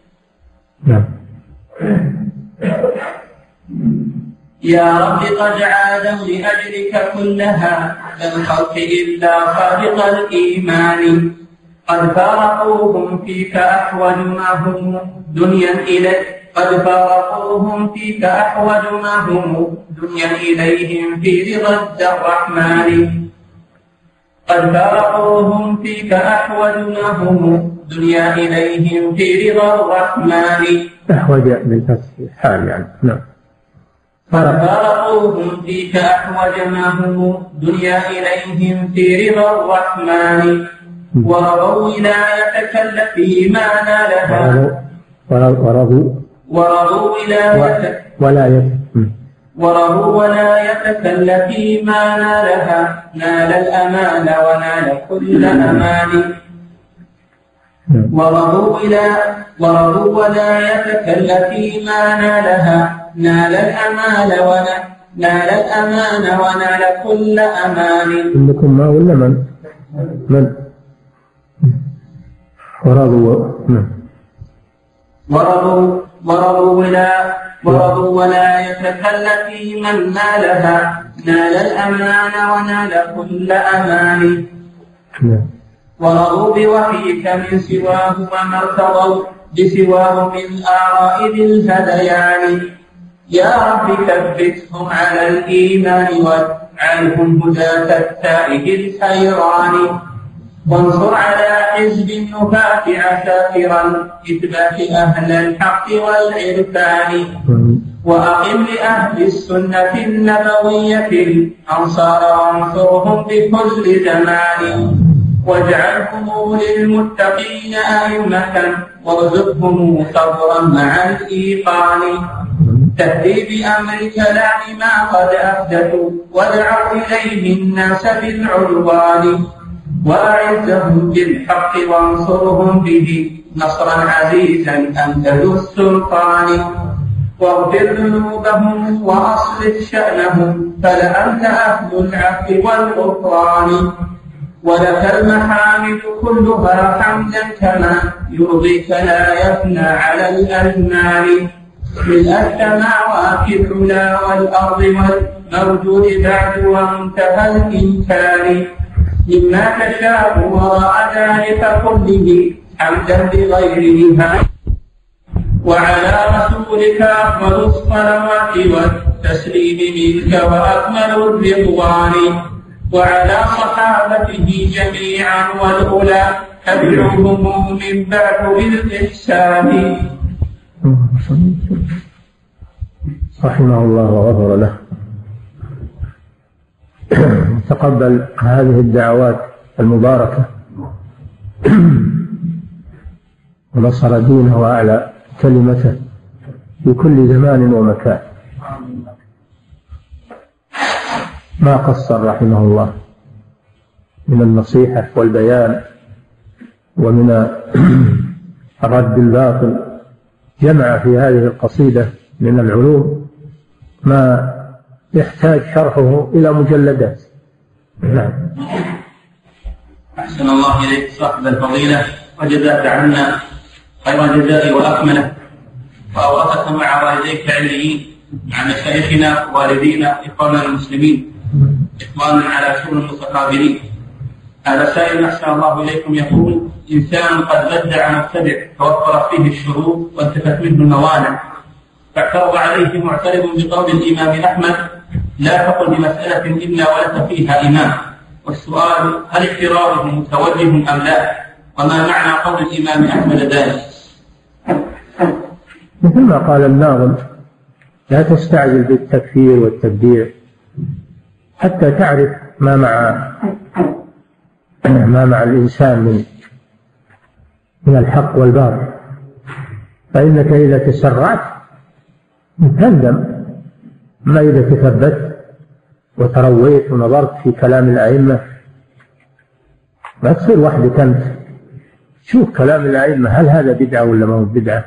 S1: يا رب قد عادوا لأجلك كلها الخلق إلا خالق الإيمان قد فارقوهم فيك أحوج ما هم دنيا إليك قد فارقوهم فيك أحوج ما هم دنيا إليهم في رضا الرحمن قد فارقوهم فيك أحوج ما هم دنيا إليهم في رضا الرحمن
S2: أحوج بالفتح حال يعني نعم
S1: قد فارقوهم فيك أحوج ما هم دنيا إليهم في رضا الرحمن ورضوا ولايتك التي ما نالها ورضوا ولايتك التي ما نالها نال الأمان ونال كل أمان ورضوا ولايتك التي ما نالها نال الأمان ونال كل أمان
S2: إنكم ما ولا من
S1: ورضوا ولايتك التي من نالها نال الأمان ونال كل أمان ورضوا بوحيك من سواه وما ارتضوا بسواه من آراء ذي الهذيان يا رب ثبتهم على الإيمان واجعلهم هداة التائه الحيران وانصر على حزب النفاة عساكرا إثبات أهل الحق والعرفان وأقم لأهل السنة النبوية الأنصار وانصرهم بكل زمان واجعلهم للمتقين أئمة وارزقهم صبرا مع الإيقان تهدي بأمر كلام ما قد أحدثوا وادعوا إليه الناس بالعدوان وأعزهم بالحق وانصرهم به نصرا عزيزا أنت ذو السلطان واغفر ذنوبهم وأصلح شأنهم فلأنت أهل العفو والغفران ولك المحامد كلها حمدا كما يرضيك لا يفنى على الأزمان ملء السماوات العلا والأرض والموجود بعد ومنتهى الإمكان مما تشاء وراء ذلك كله حمدا بغير نهاية وعلى رسولك أفضل الصلوات والتسليم منك وأكمل الرضوان وعلى صحابته جميعا والأولى تبعهم من بعد بالإحسان
S2: رحمه الله وغفر له. تقبل هذه الدعوات المباركة ونصر دينه وأعلى كلمته في كل زمان ومكان. ما قصر رحمه الله من النصيحة والبيان ومن الرد الباطل. جمع في هذه القصيدة من العلوم ما يحتاج شرحه إلى مجلدات. نعم.
S1: أحسن الله إليك صاحب الفضيلة وجزاك عنا خير الجزاء وأكمله وأورثك مع والديك عليين مع مشايخنا ووالدينا إخواننا المسلمين إخوانا على شؤون المتقابلين. هذا سائل أحسن الله إليكم يقول: إنسان قد بدع مبتدع توفرت فيه الشروط وانتفت منه الموانع فاعترض عليه معترض بقول الإمام أحمد: لا تقل بمسألة إلا ولك فيها إمام. والسؤال: هل اعتراضه متوجه أم لا؟ وما معنى قول الإمام أحمد ذلك؟
S2: مثل ما قال الناظم: لا تستعجل بالتكفير والتبديع حتى تعرف ما مع الإنسان من الحق والباطل، فإنك إذا تسرعت تندم. ما إذا تثبت وترويت ونظرت في كلام الأئمة، ما تصير وحدك أنت شوف كلام الأئمة هل هذا بدعة ولا ما هو بدعة،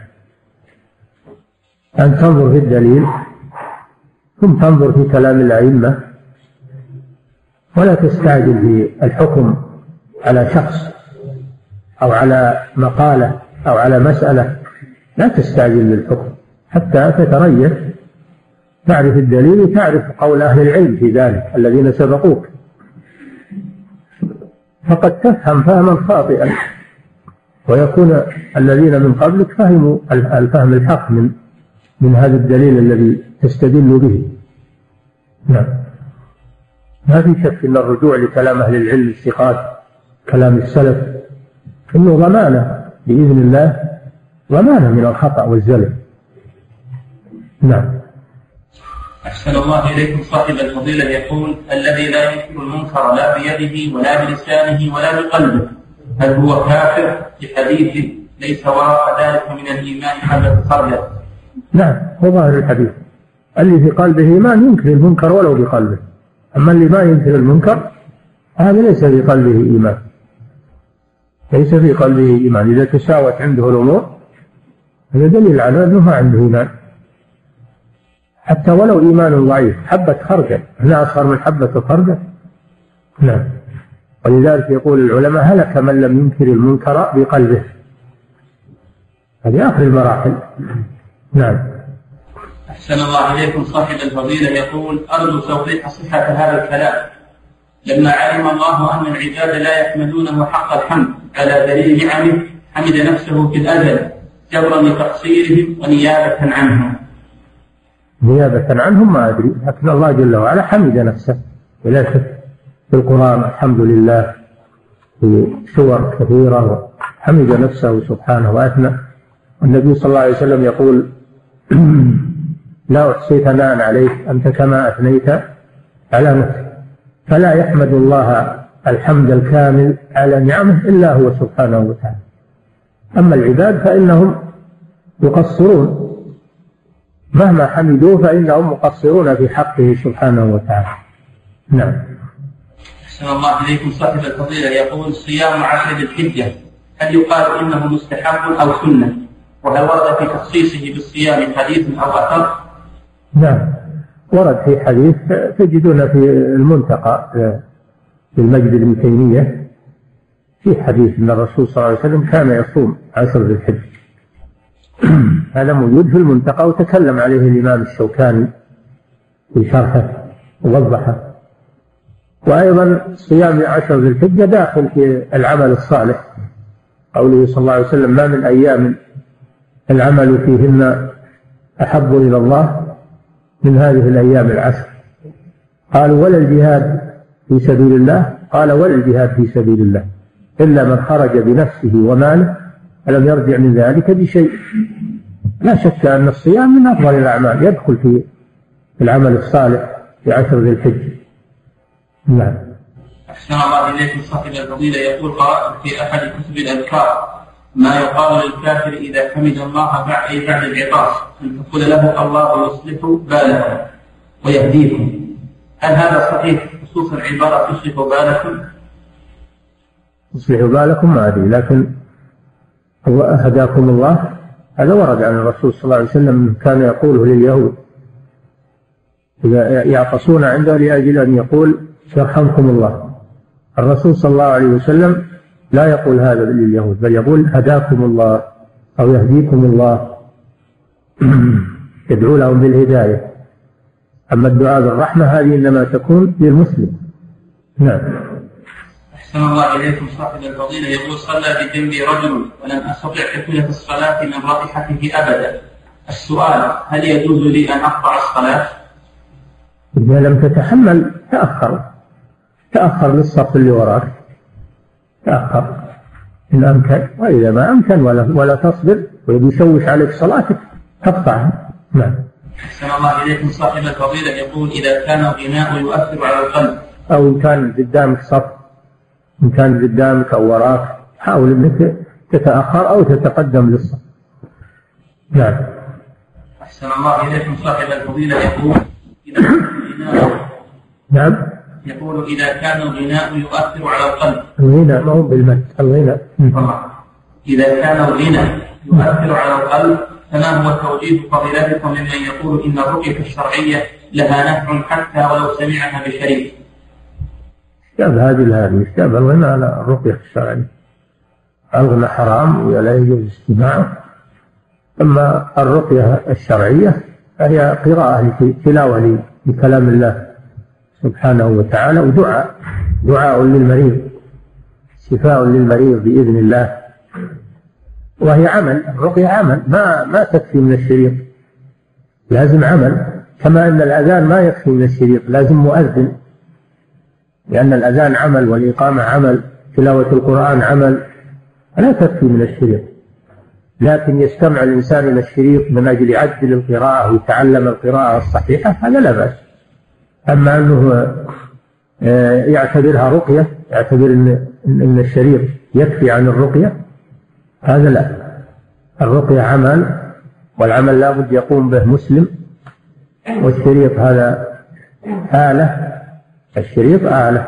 S2: أن تنظر في الدليل ثم تنظر في كلام الأئمة، ولا تستعجل في الحكم على شخص أو على مقالة أو على مسألة لا تستعجل للحكم حتى تتريث، تعرف الدليل وتعرف قول أهل العلم في ذلك الذين سبقوك، فقد تفهم فهما خاطئا، ويكون الذين من قبلك فهموا الفهم الحق من هذا الدليل الذي تستدل به. نعم. ما في شك أن الرجوع لكلام أهل العلم الثقات، كلام السلف، إنه ضمانة بإذن الله، ضمانة من الخطأ والزلل. نعم.
S1: أحسن الله إليكم. صاحب الفضيلة يقول: الذي لا ينكر المنكر لا بيده ولا بلسانه ولا بقلبه، هل هو كافر؟ بحديث ليس وراء ذلك من الإيمان حبة خردل.
S2: نعم، هو ظاهر الحديث. اللي في قلبه إيمان ينكر المنكر ولو بقلبه، أما اللي ما ينكر المنكر هذا ليس في قلبه إيمان، ليس في قلبه إيمان. إذا تساوت عنده الأمور هذا دليل على أنه ما عنده إيمان، حتى ولو إيمان ضعيف، حبة خردل، هنا أصغر من حبة خردل. نعم. ولذلك يقول العلماء: هلك من لم ينكر المنكر بقلبه. هذه آخر المراحل. نعم.
S1: أحسن الله إليكم. صاحب الفضيلة يقول: أرجو توضيح صحة هذا الكلام. لما علم الله أن العباد لا يحمدونه حق الحمد على دليل نعمه، حمد نفسه في الأزل جبرا لتقصيرهم ونيابة عنهم.
S2: نيابة عنهم ما أدري، لكن الله جل وعلا حمد نفسه ولا شك في القرآن، الحمد لله، في سور كثيرة حمد نفسه سبحانه وأثنى. النبي صلى الله عليه وسلم يقول: لا أحصي ثناء عليك أنت كما أثنيت على نفسك. فلا يحمد الله الحمد الكامل على نعمه إلا هو سبحانه وتعالى. أما العباد فإنهم يقصرون، مهما حمدوه فإنهم مقصرون في حقه سبحانه وتعالى. نعم.
S1: أحسن الله إليكم. صاحب الفضيلة يقول: صيام 10 ذي الحجة هل يقال إنه مستحب أو سنة؟ وهل ورد في تخصيصه بالصيام حديث أو أثر؟
S2: نعم، ورد في حديث تجدون في المنتقى في المجد ابن تيمية، في حديث أن الرسول صلى الله عليه وسلم كان يصوم 10 ذي الحجة. هذا موجود في المنتقى وتكلم عليه الإمام الشوكاني في شرحه ووضحه. وأيضا صيام 10 ذي الحجة داخل في العمل الصالح، قوله صلى الله عليه وسلم: ما من أيام العمل فيهن أحب إلى الله من هذه الأيام 10. قالوا: ولا الجهاد في سبيل الله؟ قال: ولا الجهاد في سبيل الله إلا من خرج بنفسه وماله فلم يرجع من ذلك بشيء. لا شك أن الصيام من أفضل الأعمال، يدخل في العمل الصالح في 10 ذي الحجة. نعم.
S1: أحسن الله إليكم. صاحب الفضيلة يقول: قرأت في أحد كتب الأذكار ما يقال للكافر إذا حمد الله بعد العطاس أن تقول له: الله يصلح بالكم ويهديكم. هل هذا صحيح، خصوصا عبارة يصلح بالكم؟
S2: يصلح بالكم ما أدري، لكن هداكم الله هذا ورد عن الرسول صلى الله عليه وسلم، كان يقوله لليهود إذا يعطسون عنده لأجل أن يقول: يرحمكم الله. الرسول صلى الله عليه وسلم لا يقول هذا لليهود، بل يقول: هداكم الله أو يهديكم الله، يدعو لهم بالهداية. أما الدعاء بالرحمة هذه إنما تكون للمسلم. نعم.
S1: أحسن الله إليكم. صاحب الفضيلة يقول: صلى بجنبي رجل ولم أستطع تكملة الصلاة من رائحته أبدا. السؤال: هل يجوز لي أن أقطع الصلاة؟
S2: إذا لم تتحمل تأخر للصف اللي وراك، تأخر إن أمكن، وإذا ما أمكن ولا تصبر ويشوش عليك صلاتك تقطعها. نعم.
S1: أحسن الله إليكم. صاحب الفضيلة يقول: إذا كان الغناء يؤثر على القلب،
S2: أو إن كان قدامك صف، إن كان قدامك أو وراك، حاول أنك تتأخر أو تتقدم للصف. نعم.
S1: أحسن الله إليكم. صاحب الفضيلة يقول: إذا كان الغناء
S2: نعم.
S1: يقول: إذا كان الغناء يؤثر على القلب.
S2: الغناء ما هو بالمد، الغناء.
S1: إذا كان الغناء يؤثر على القلب فما هو توجيه فضيلتكم ممن يقول إن الرقية الشرعية لها نفع حتى ولو سمعها بشريك؟
S2: اشتبه هذه الغناء على الرقية الشرعية. الغنى حرام ولا يجوز استماعه. أما الرقية الشرعية فهي قراءة تلاوة لكلام الله سبحانه وتعالى، دعاء للمريض، شفاء للمريض بإذن الله. وهي عمل، الرقية عمل، ما تكفي من الشريط، لازم عمل. كما أن الأذان ما يكفي من الشريط، لازم مؤذن، لأن الأذان عمل والإقامة عمل، تلاوة القرآن عمل، لا تكفي من الشريط. لكن يستمع الإنسان إلى الشريط من أجل يعدل القراءة ويتعلم القراءة الصحيحة، هذا لا بأس. أما أنه يعتبرها رقية، يعتبر إن الشريط يكفي عن الرقية، هذا لا. الرقية عمل، والعمل لا بد يقوم به مسلم، والشريط هذا آلة، الشريط آلة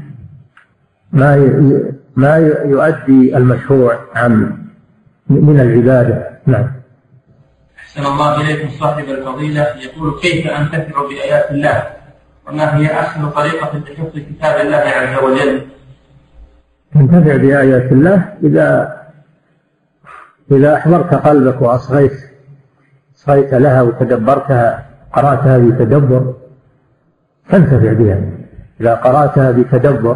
S2: ما يؤدي المشروع عن من العبادة. نعم.
S1: أحسن الله إليكم. صاحب الفضيلة يقول: كيف أنتفع بآيات الله؟ وما هي أحسن طريقة لحفظ كتاب الله عز وجل؟
S2: تنتفع بآيات الله إذا أحضرت قلبك وأصغيت لها وتدبرتها، قرأتها بتدبر، تنتفع بها. إذا قرأتها بتدبر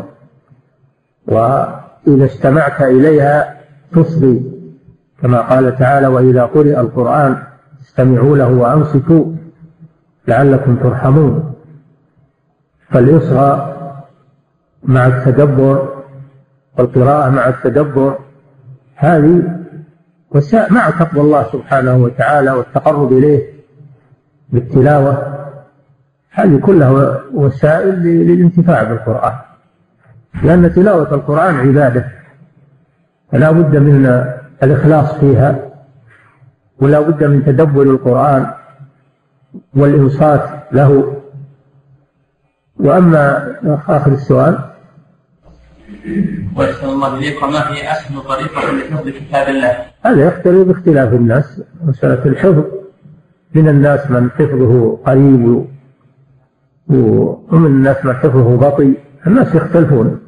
S2: وإذا استمعت إليها تصغي، كما قال تعالى: وإذا قرئ القرآن استمعوا له وأنصتوا لعلكم ترحمون. فالإصغاء مع التدبر والقراءة مع التدبر هذه مع تقوى الله سبحانه وتعالى والتقرب إليه بالتلاوة، هذه كلها وسائل للانتفاع بالقرآن، لأن تلاوة القرآن عبادة، فلا بد من الإخلاص فيها، ولا بد من تدبر القرآن والإنصات له. وأما آخر السؤال:
S1: وأحسن الله إليكم، ما هي أحسن طريقة لحفظ كتاب الله؟
S2: هذا يختلف باختلاف الناس. مسألة الحفظ، من الناس من حفظه قريب ومن الناس من حفظه بطيء، الناس يختلفون.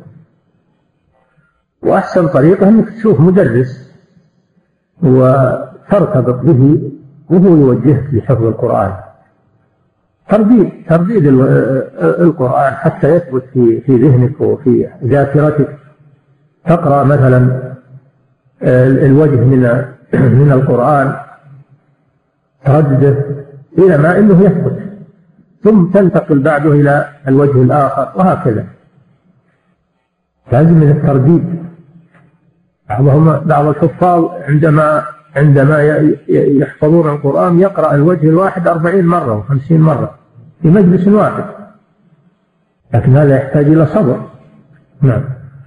S2: وأحسن طريقة أنك تشوف مدرس وترتبط به وهو يوجهك لحفظ القرآن، ترديد القرآن حتى يثبت في ذهنك وفي ذاكرتك. تقرأ مثلا الوجه من القرآن، تردده إلى ما إنه يثبت، ثم تنتقل بعده إلى الوجه الآخر، وهكذا. لازم من الترديد. بعض الحفاظ عندما يحفظون القرآن يقرأ الوجه الواحد 40 مرة و50 مرة في مجلس واحد، لكن هذا يحتاج إلى صبر. نعم.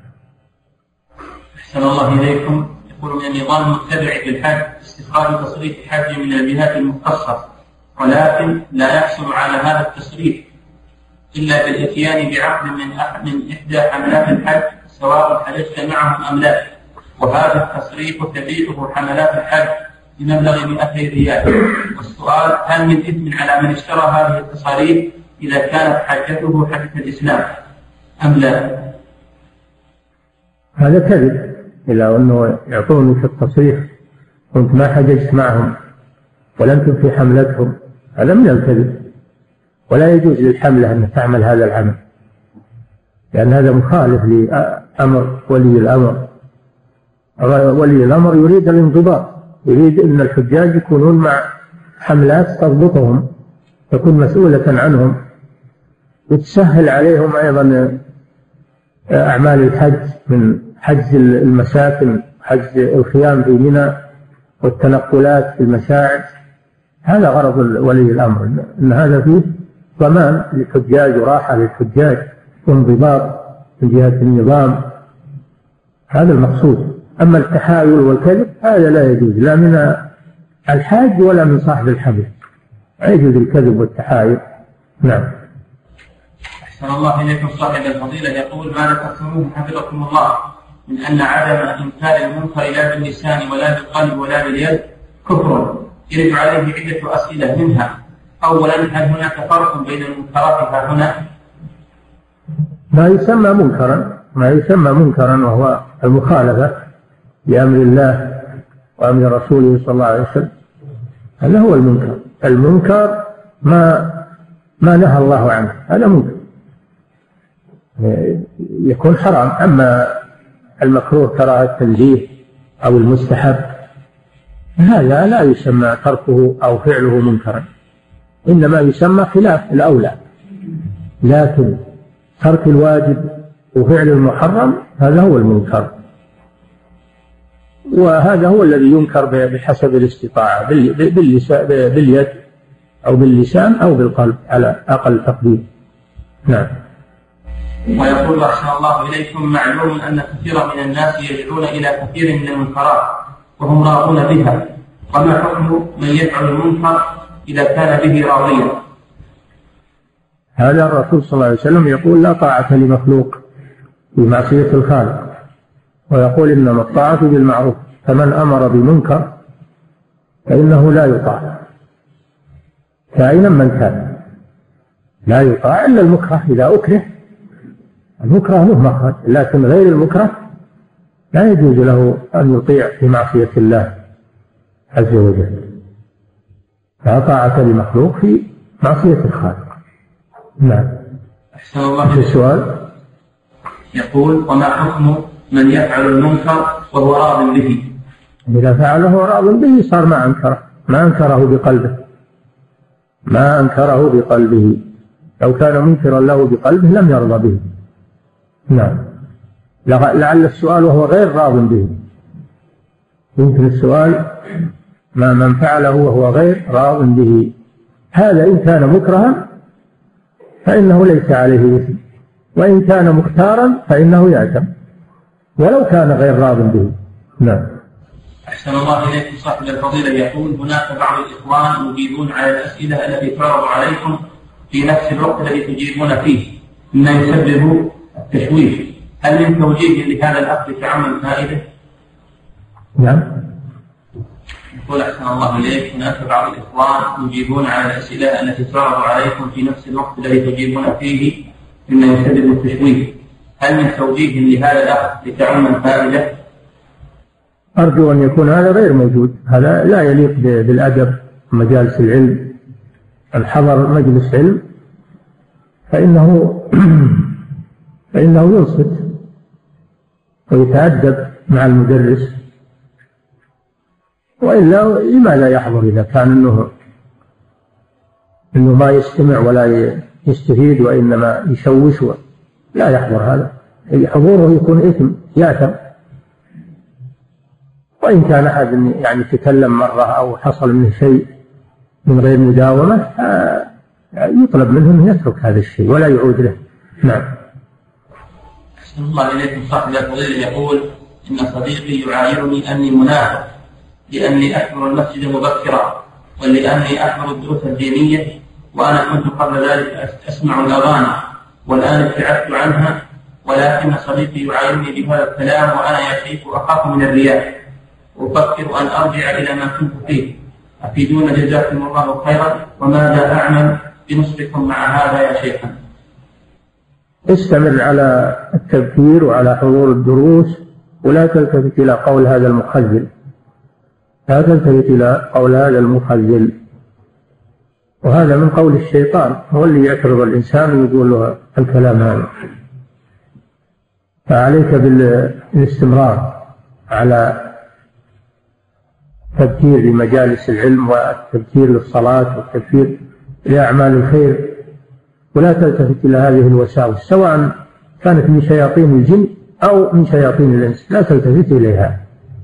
S1: أحسن الله إليكم. يقول: من النظام المتبع في الحج استخراج تصريف الحج من الجهات المختصة، ولكن لا يحصل على هذا التصريف إلا بالإتيان بعقد من إحدى حملات الحج، سواء حججت معهم أم لا. وهذا التصريف تبيعه حملات الحج بمبلغ 200 ريال. والسؤال: هل من إثم على من اشترى هذه التصاريف إذا كانت حجته حجة الإسلام أم لا؟
S2: هذا كذب. إلا أنه يعطونك التصريح وأنت ما حججت معهم ولم تكن في حملتهم، هذا من الكذب، ولا يجوز للحملة أن تعمل هذا العمل، لأن هذا مخالف لأمر ولي الأمر. ولي الأمر يريد الانضباط، يريد أن الحجاج يكونون مع حملات تضبطهم، تكون مسؤولة عنهم، وتسهل عليهم أيضا أعمال الحج، من حج المساكن، حج الخيام في منى، والتنقلات في المشاعر. هذا غرض ولي الأمر، أن هذا فيه ضمان للحجاج وراحة للحجاج وانضباط من جهة النظام، هذا المقصود. أما التحايل والكذب هذا لا يجوز، لا من الحاج ولا من صاحب الحمل، لا يجوز الكذب والتحايل. نعم.
S1: أحسن الله إليكم. صاحب الفضيلة يقول: ماذا تفهمون حفظكم الله من أن عدم إنكار المنكر لا باللسان ولا بالقلب ولا باليد كفر؟ يرد عليه عدة أسئلة، منها: أولا، هل هناك فرق بين المنكرات ها هنا؟
S2: ما يسمى منكرا وهو المخالفة بأمر الله وأمر رسوله صلى الله عليه وسلم، هذا هو المنكر. المنكر ما نهى الله عنه، هذا منكر يكون حرام. أما المكروه كراهة التنزيه أو المستحب هذا لا يسمى تركه أو فعله منكرا، إنما يسمى خلاف الأولى. لكن ترك الواجب وفعل المحرم هذا هو المنكر، وهذا هو الذي ينكر بحسب الاستطاعة، باليد أو باللسان أو بالقلب على أقل تقدير. نعم.
S1: ويقول أحسن الله إليكم: معلوم أن كثيرا من الناس يدعون إلى كثير من المنكرات وهم راضون بها، وما حكم من يفعل المنكر إذا كان به راضيا؟
S2: هذا الرسول صلى الله عليه وسلم يقول: لا طاعة لمخلوق في معصية الخالق، ويقول: إنما الطاعة بالمعروف، فمن أمر بمنكر فإنه لا يطاع كائنا من كان، لا يطاع إلا المكره إذا أكره. المكره له مخرج، لكن غير المكره لا يجوز له أن يطيع في معصية الله عز وجل. لا طاعة لمخلوق في معصية الخالق. نعم.
S1: أحسن الله.
S2: السؤال
S1: يقول: وما حكم من يفعل المنكر وهو راض به؟
S2: إذا فعله راض به صار ما أنكره بقلبه، ما أنكره بقلبه. لو كان منكرا له بقلبه لم يرضى به. نعم. لعل السؤال وهو غير راض به، يمكن السؤال ما من فعله وهو غير راض به، هذا إن كان مكرها فإنه ليس عليه إثم، وإن كان مختارا فإنه يأثم ولو كان غير راض به. نعم.
S1: أحسن الله إليكم. صاحب الفضيلة يقول: هناك بعض الإخوان يجيبون على الأسئلة التي تعرض عليكم في نفس الوقت الذي تجيبون فيه مما يسبب التشويش، هل من توجيه لهذا الأخ تعمل فائدة؟
S2: نعم.
S1: يقول: أحسن الله إليك، هناك بعض الإخوان يجيبون على الأسئلة التي تعرض عليكم في نفس الوقت الذي تجيبون فيه مما يسبب التشويش، هل من توجيه لهذا الأخ لتعمل فائدة؟
S2: أرجو أن يكون هذا غير موجود، هذا لا يليق بالأدب مجالس العلم. الحضر مجلس علم فإنه ينصت ويتأدب مع المدرس، وإلا لماذا يحضر إذا كان إنه ما يستمع ولا يستفيد وإنما يشوش؟ لا يحضر، هذا حضوره يكون إثم، يأثم. وإن كان أحد يعني تكلم مرة أو حصل منه شيء من غير مداومة يطلب منه أن يترك هذا الشيء ولا يعود له. نعم.
S1: أحسن الله إليكم. صاحب الفضيلة يقول: إن صديقي يعايرني أني منافق لأني أحضر المسجد مبكرا ولأني أحضر الدروس الدينية، وأنا كنت قبل ذلك أسمع الأغاني والآن ابتعدت عنها، ولكن صديقي يعايرني بهذا الكلام وأنا يا شيخ أخاف من الرياء، أفكر أن أرجع إلى ما كنت فيه، أفيدون جزاكم الله خيرا، وماذا أعمل بنصحكم مع هذا يا شيخنا؟
S2: استمر على التذكير وعلى حضور الدروس، ولا تلتفت إلى قول هذا المخزل، لا تلتفت إلى قول هذا المخزل، وهذا من قول الشيطان، هو اللي يعترض الإنسان ويقول له الكلام هذا. فعليك بالاستمرار على التذكير لمجالس العلم والتذكير للصلاة والتذكير لأعمال الخير، ولا تلتفت إلى هذه الوساوس سواء كانت من شياطين الجن أو من شياطين الإنس، لا تلتفت إليها.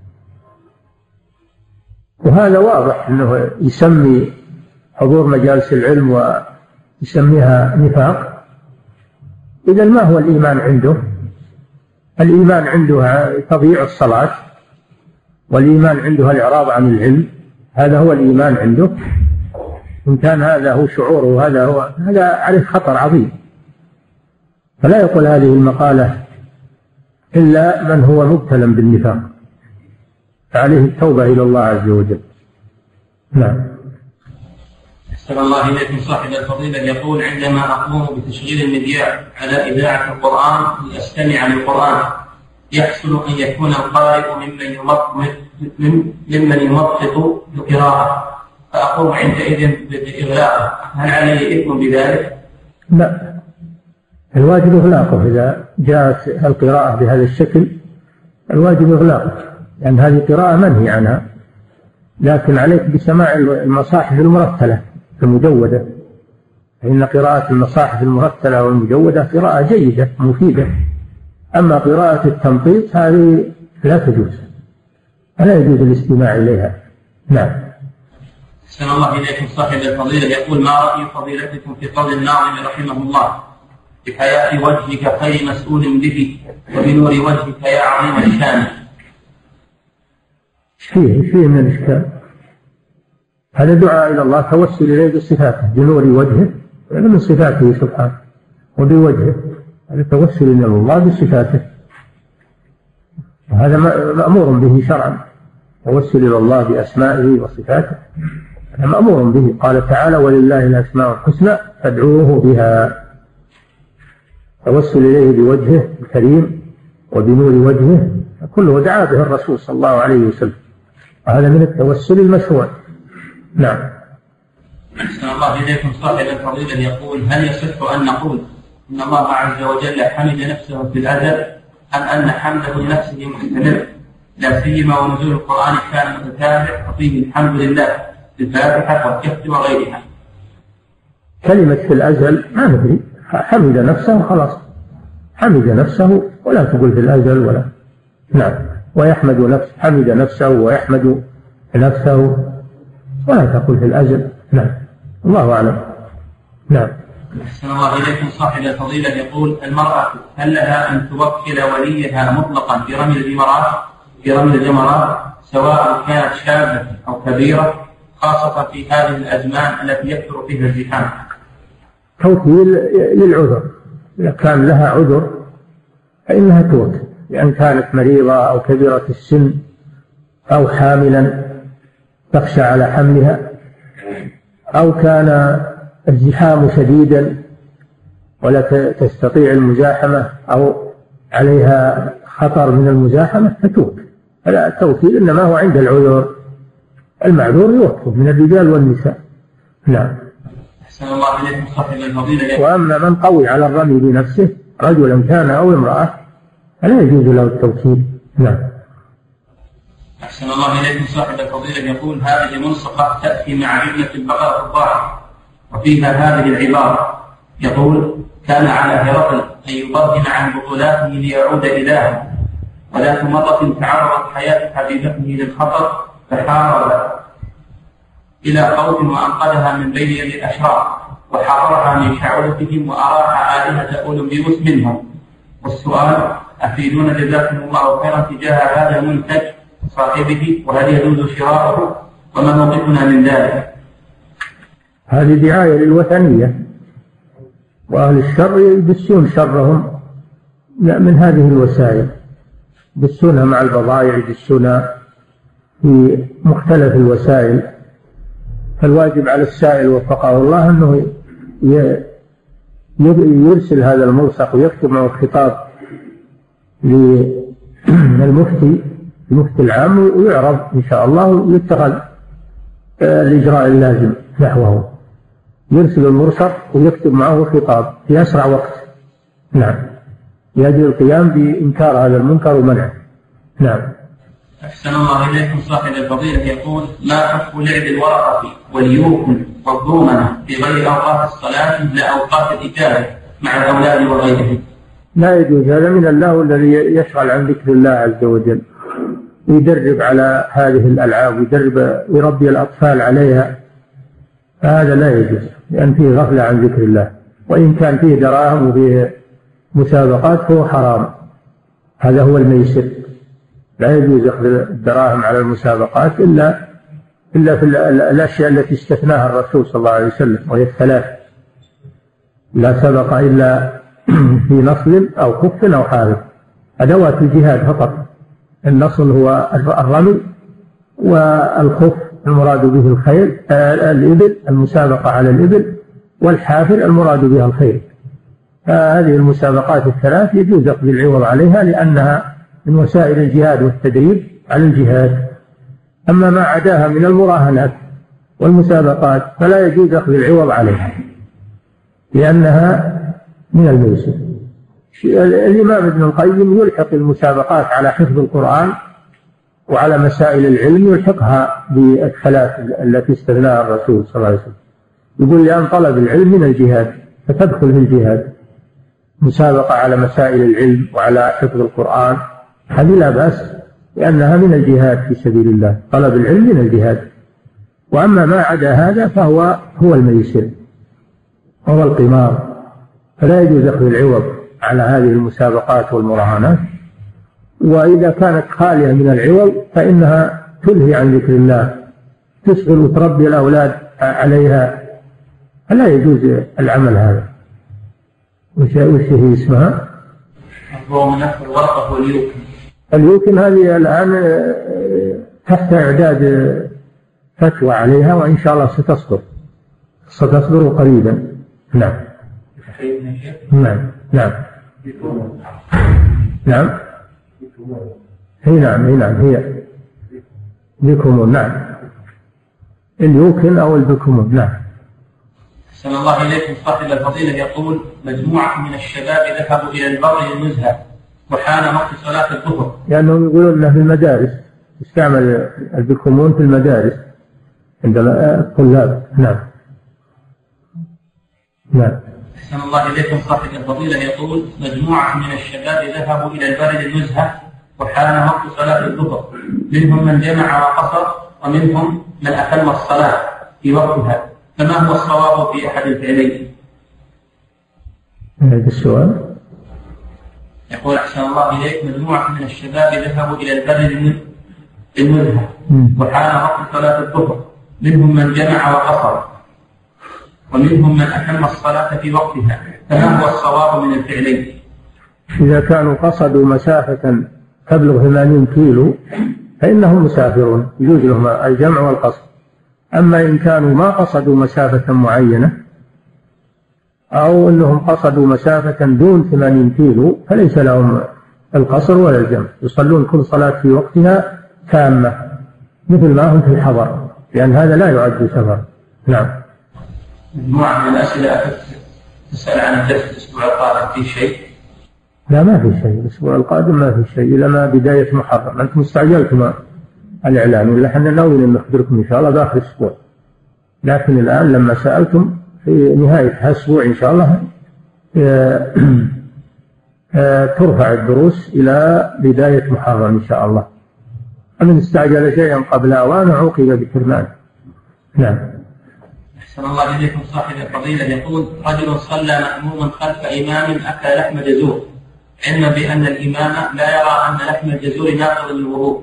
S2: وهذا واضح أنه يسمي حضور مجالس العلم ويسميها نفاق. إذا ما هو الإيمان عنده؟ الإيمان عنده تضييع الصلاة، والإيمان عنده الإعراض عن العلم، هذا هو الإيمان عنده. إن كان هذا هو شعوره هذا عليه خطر عظيم. فلا يقول هذه المقالة إلا من هو مبتلى بالنفاق، فعليه التوبة إلى الله عز وجل. نعم.
S1: أحسن الله إليكم. صاحب الفضيلة يقول: عندما أقوم بتشغيل المذياع على إذاعة القرآن لأستمع للقرآن، يحصل أن يكون القارئ ممن يمطط القراءة، فأقوم عندئذ بإغلاقه، هل عليه إثم بذلك؟
S2: لا، الواجب إغلاقه. إذا جاءت القراءة بهذا الشكل الواجب إغلاقه، لأن هذه قراءة منهي عنها، لكن عليك بسماع المصاحف المرتلة المجودة، فإن قراءة المصاحف المرتلة والمجودة قراءة جيدة مفيدة. أما قراءة التمطيط هذه لا تجوز، فلا يجوز الاستماع إليها. نعم.
S1: أحسن الله إليكم. صاحب الفضيلة يقول: ما رأي فضيلتكم في قول الناظم رحمه الله: بحياة وجهك خير مسؤول به وبنور وجهك يا عظيم الشان؟
S2: فيه من الإشكال. هذا دعاء إلى الله، توسل إليه بصفاته، بنور وجهه، هذا من صفاته سبحانه، وبوجهه، هذا توسل إلى الله بصفاته، وهذا مأمور به شرعا. توسل إلى الله بأسمائه وصفاته هذا مأمور به. قال تعالى: ولله الأسماء الحسنى فادعوه بها. توسل إليه بوجهه الكريم وبنور وجهه كله دعا به الرسول صلى الله عليه وسلم، وهذا من التوسل المشروع. نعم.
S1: أحسن الله إليكم. صاحب الفضيلة يقول: هل يصح أن نقول إن الله عز وجل حمد نفسه في الأزل، أم أن حمده لنفسه مستمر، لا سيما ونزول القرآن كان متتابع وفيه الحمد لله الفاتحة والكهف وغيرها؟
S2: كلمة في الأزل ما ندري، حمد نفسه خلاص، حمد نفسه، ولا تقول في الأزل ولا. نعم. ويحمد نفسه، حمد نفسه ويحمد نفسه، ولا تقول في الأزل. نعم. الله أعلم. نعم.
S1: أحسن الله إليكم. صاحب الفضيلة يقول: المرأة هل لها أن توكل وليها مطلقا في رمي الجمرات سواء كانت شابة أو كبيرة، خاصة في هذه الأزمان التي يكثر فيها الزحام؟
S2: توكيل للعذر، إذا كان لها عذر فإنها توكل، لأن كانت مريضة أو كبيرة السن أو حاملا تخشى على حملها، أو كان الزحام شديدا ولا تستطيع المزاحمة أو عليها خطر من المزاحمة فتوكل. هذا التوكيل إنما هو عند العذر، المعذور يوكل من الرجال والنساء. نعم.
S1: أحسن الله إليكم. صاحب الفضيلة.
S2: وأما من قوي على الرمي بنفسه رجلا كان أو امرأة فلا يجوز له التوكيل. نعم.
S1: أحسن الله إليكم. صاحب الفضيلة يقول: هذه منسقة تأتي مع جملة البقرة الضاحك، وفيها هذه العبارة، يقول: كان على هرقل أن يبرهن عن بطولاته ليعود إلهه، وذات مرة تعرضت حياة حبيبته للخطر فحارب إلى قوم وأنقذها من بين يد الأشرار، وحررها من شعوذتهم وأراح آلهة أولمبيوس منهم. والسؤال: أفيدون جزاكم الله خيرا تجاه هذا المنتج صاحبه، وهل يجوز شراؤه، وما موقفنا من ذلك؟
S2: هذه دعاية للوثنية، وأهل الشر يدسون شرهم من هذه الوسائل، يدسونها مع البضائع، يدسونها في مختلف الوسائل. فالواجب على السائل وفقه الله أنه يرسل هذا الملصق ويكتب معه خطاب للمفتي العام، ويعرض إن شاء الله ويتخذ الإجراء اللازم نحوه. يرسل المرسل ويكتب معه خطاب في أسرع وقت. نعم. يجب القيام بإنكار هذا المنكر ومنعه. نعم.
S1: أحسن الله إليكم. صاحب الفضيلة يقول: ما حكم لعب الورقة واليوكل والضومنة في غير أوقات الصلاة لأوقات الإجابة مع الأولاد وغيرهم؟
S2: لا يجوز، هذا من الله الذي يشغل عن ذكر الله عز وجل، يدرب على هذه الألعاب، يربي الأطفال عليها، فهذا لا يجوز، لأن فيه غفلة عن ذكر الله، وإن كان فيه دراهم وفيه مسابقات فهو حرام. هذا هو الميسر، لا يجوز أخذ الدراهم على المسابقات إلا في الأشياء التي استثناها الرسول صلى الله عليه وسلم، وهي الثلاث: لا سبق إلا في نصل أو خف أو حارب، أدوات الجهاد فقط. النصل هو الرمي، والخف المراد به الخيل، الإبل، المسابقة على الإبل، والحافر المراد بها الخيل. هذه المسابقات الثلاث يجوز أخذ العوض عليها لأنها من وسائل الجهاد والتدريب على الجهاد. أما ما عداها من المراهنات والمسابقات فلا يجوز أخذ العوض عليها لأنها من الميسر. الإمام ابن القيم يلحق المسابقات على حفظ القرآن وعلى مسائل العلم يلحقها بالثلاث التي استثناها الرسول صلى الله عليه وسلم. يقول لأن طلب العلم من الجهاد فتدخل في الجهاد. مسابقة على مسائل العلم وعلى حفظ القرآن هذه لا بأس لأنها من الجهاد في سبيل الله. طلب العلم من الجهاد. وأما ما عدا هذا فهو الميسر وهو القمار، فلا يجوز أخذ العوض على هذه المسابقات والمراهنات. وإذا كانت خالية من العوض فإنها تلهي عن ذكر الله، تشغل وتربي الأولاد عليها، فلا يجوز العمل هذا. وش هي اسمها؟ اليوكن هذه الآن تحت إعداد فتوى عليها وإن شاء الله ستصدر قريبا. نعم نعم نعم نعم هي بكم. نعم اليوكن أو البكم. نعم.
S1: أحسن الله إليكم. صاحب الفضيلة يقول مجموعة من الشباب ذهبوا إلى البر للنزهة وحان وقت صلاة الظهر.
S2: لأنهم يقولون أنه في المدارس يستعمل البكمون في المدارس عند الطلاب. نعم نعم.
S1: أحسن الله إليكم. صاحب الفضيلة يقول مجموعة من الشباب ذهبوا إلى البر للنزهة وحان وقت صلاة الظهر، منهم من جمع وقصر ومنهم من أتم الصلاة في وقتها، فما هو الصواب في أحد الفعلين؟
S2: هذا السؤال.
S1: يقول أحسن الله إليك مجموعة من الشباب ذهبوا إلى البر للنزهة وحان وقت صلاة الظهر، منهم من جمع وقصر ومنهم من أتم الصلاة في وقتها، فما هو الصواب من الفعلين؟
S2: إذا كانوا قصدوا مسافة تبلغ 80 كيلو فإنهم مسافرون يجوز لهم الجمع والقصر. أما إن كانوا ما قصدوا مسافة معينة أو أنهم قصدوا مسافة دون 80 كيلو فليس لهم القصر ولا الجمع، يصلون كل صلاة في وقتها تامة مثل ما هم في الحضر، لأن هذا لا يعد سفر. نعم.
S1: مجموعة من الأسئلة تسأل عن الدرس الأسبوع القادم في شيء؟
S2: لا ما في شيء، الأسبوع القادم ما في شيء إلا ما بداية محرم. أنتم استعجلتم الإعلان ولا احنا ناويين أن نخبركم إن شاء الله داخل الأسبوع، لكن الآن لما سألتم في نهاية هالأسبوع إن شاء الله ترفع الدروس إلى بداية محرم إن شاء الله. ومن استعجل شيئا قبل أوان عوقب بحرمانه. نعم.
S1: أحسن الله إليكم. صاحب الفضيلة يقول رجل صلى مأموما خلف إمام أكل لحم جزور، علما بأن الإمام لا يرى أن لحم الجزور ناقض للوضوء،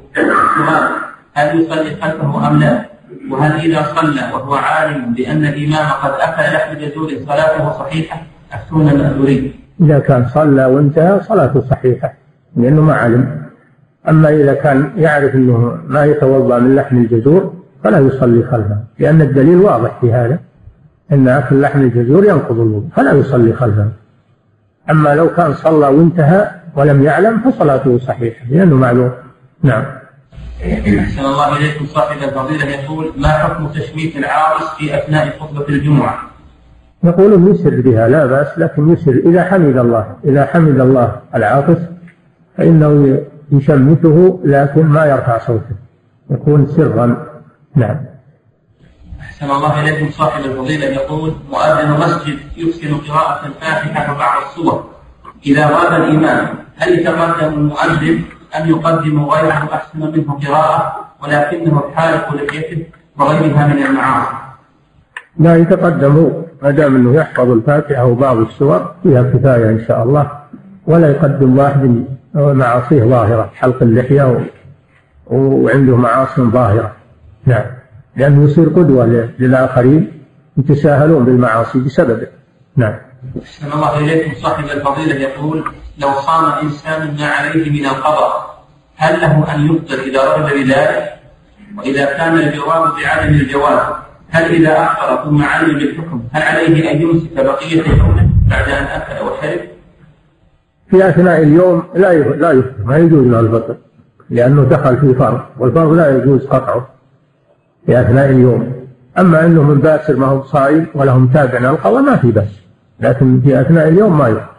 S1: هل يصلي خلفه أم لا؟ وهل إذا صلى وهو عالم بأن الإمام قد أكل لحم جزور صلاته صحيحة؟ أفتونا المأذورين.
S2: إذا كان صلى وانتهى صلاته صحيحة لأنه ما علم. أما إذا كان يعرف أنه ما يتوضأ من لحم الجزور فلا يصلي خلفه، لأن الدليل واضح في هذا أن أكل لحم الجزور ينقض الوضوء فلا يصلي خلفه. أما لو كان صلى وانتهى ولم يعلم فصلاته صحيحة لأنه معلوم. نعم.
S1: أحسن الله إليكم. صاحب الفضيلة يقول ما حكم تشميت العاطس في أثناء خطبة الجمعة؟
S2: يقولون يسر بها لا بأس، لكن يسر إذا حمد الله العاطس فإنه يشمته لكن ما يرفع صوته، يكون سرا. نعم.
S1: أحسن الله إليكم. صاحب الفضيلة يقول مؤذن مسجد يحسن قراءة الفاتحة وبعض السور، إذا غاب الإمام هل يتقدم المؤذن أم يقدم غيره أحسن منه قراءة ولكنه حالق لحيته وغيرها من المعاصي؟
S2: لا يتقدم ما دام أنه يحفظ الفاتحة وبعض السور فيها كفاية إن شاء الله، ولا يقدم واحد معاصيه ظاهرة حلق اللحية وعنده معاصي ظاهرة. نعم. لأنه يصير قدوة للآخرين يتساهلون بالمعاصي بسببه. نعم.
S1: أحسن الله إليكم. صاحب الفضيلة يقول لو صام إنسان ما عليه من القضاء هل له أن يفطر إذا رغب بذلك؟ وإذا كان الجواب بعدم الجواز هل إذا أفطر ثم علم بالحكم هل عليه أن يمسك بقية يومه بعد أن أكل وشرب؟
S2: في أثناء اليوم لا يفطر، ما يجوز له الفطر لأنه دخل في فرض، والفرض لا يجوز قطعه في أثناء اليوم. أما أنه من باسر ما هو صائم ولهم تابع القضاء ما في بأس، لكن في أثناء اليوم ما يفطر.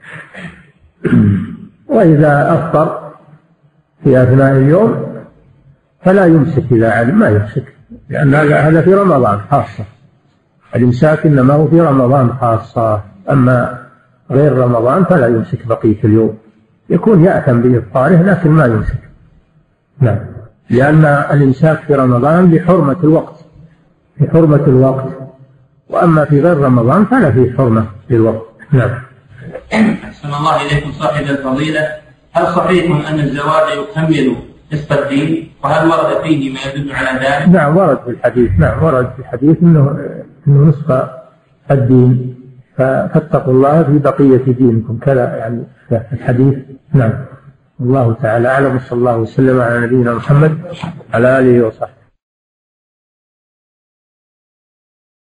S2: وإذا أفطر في أثناء اليوم فلا يمسك، إذا علم ما يمسك، لأن هذا في رمضان خاصة، الإمساك إنما هو في رمضان خاصة، أما غير رمضان فلا يمسك بقية اليوم، يكون يأثم بإفطاره لكن ما يمسك. نعم، لأن الإمساك في رمضان لحرمة الوقت، في حرمة الوقت، وأما في غير رمضان فلا فيه حرمة للوقت. نعم.
S1: أحسن الله إليكم صاحب الفضيلة، هل صحيح أن الزواج يكمل نصف الدين؟ وهل ورد فيه ما يدل على ذلك؟
S2: نعم ورد في الحديث، نعم ورد في الحديث أنه نصف الدين، فاتقوا الله في بقية دينكم كذا يعني في الحديث. نعم، الله تعالى أعلم، صلى الله وسلم على نبينا محمد على آله وصحبه.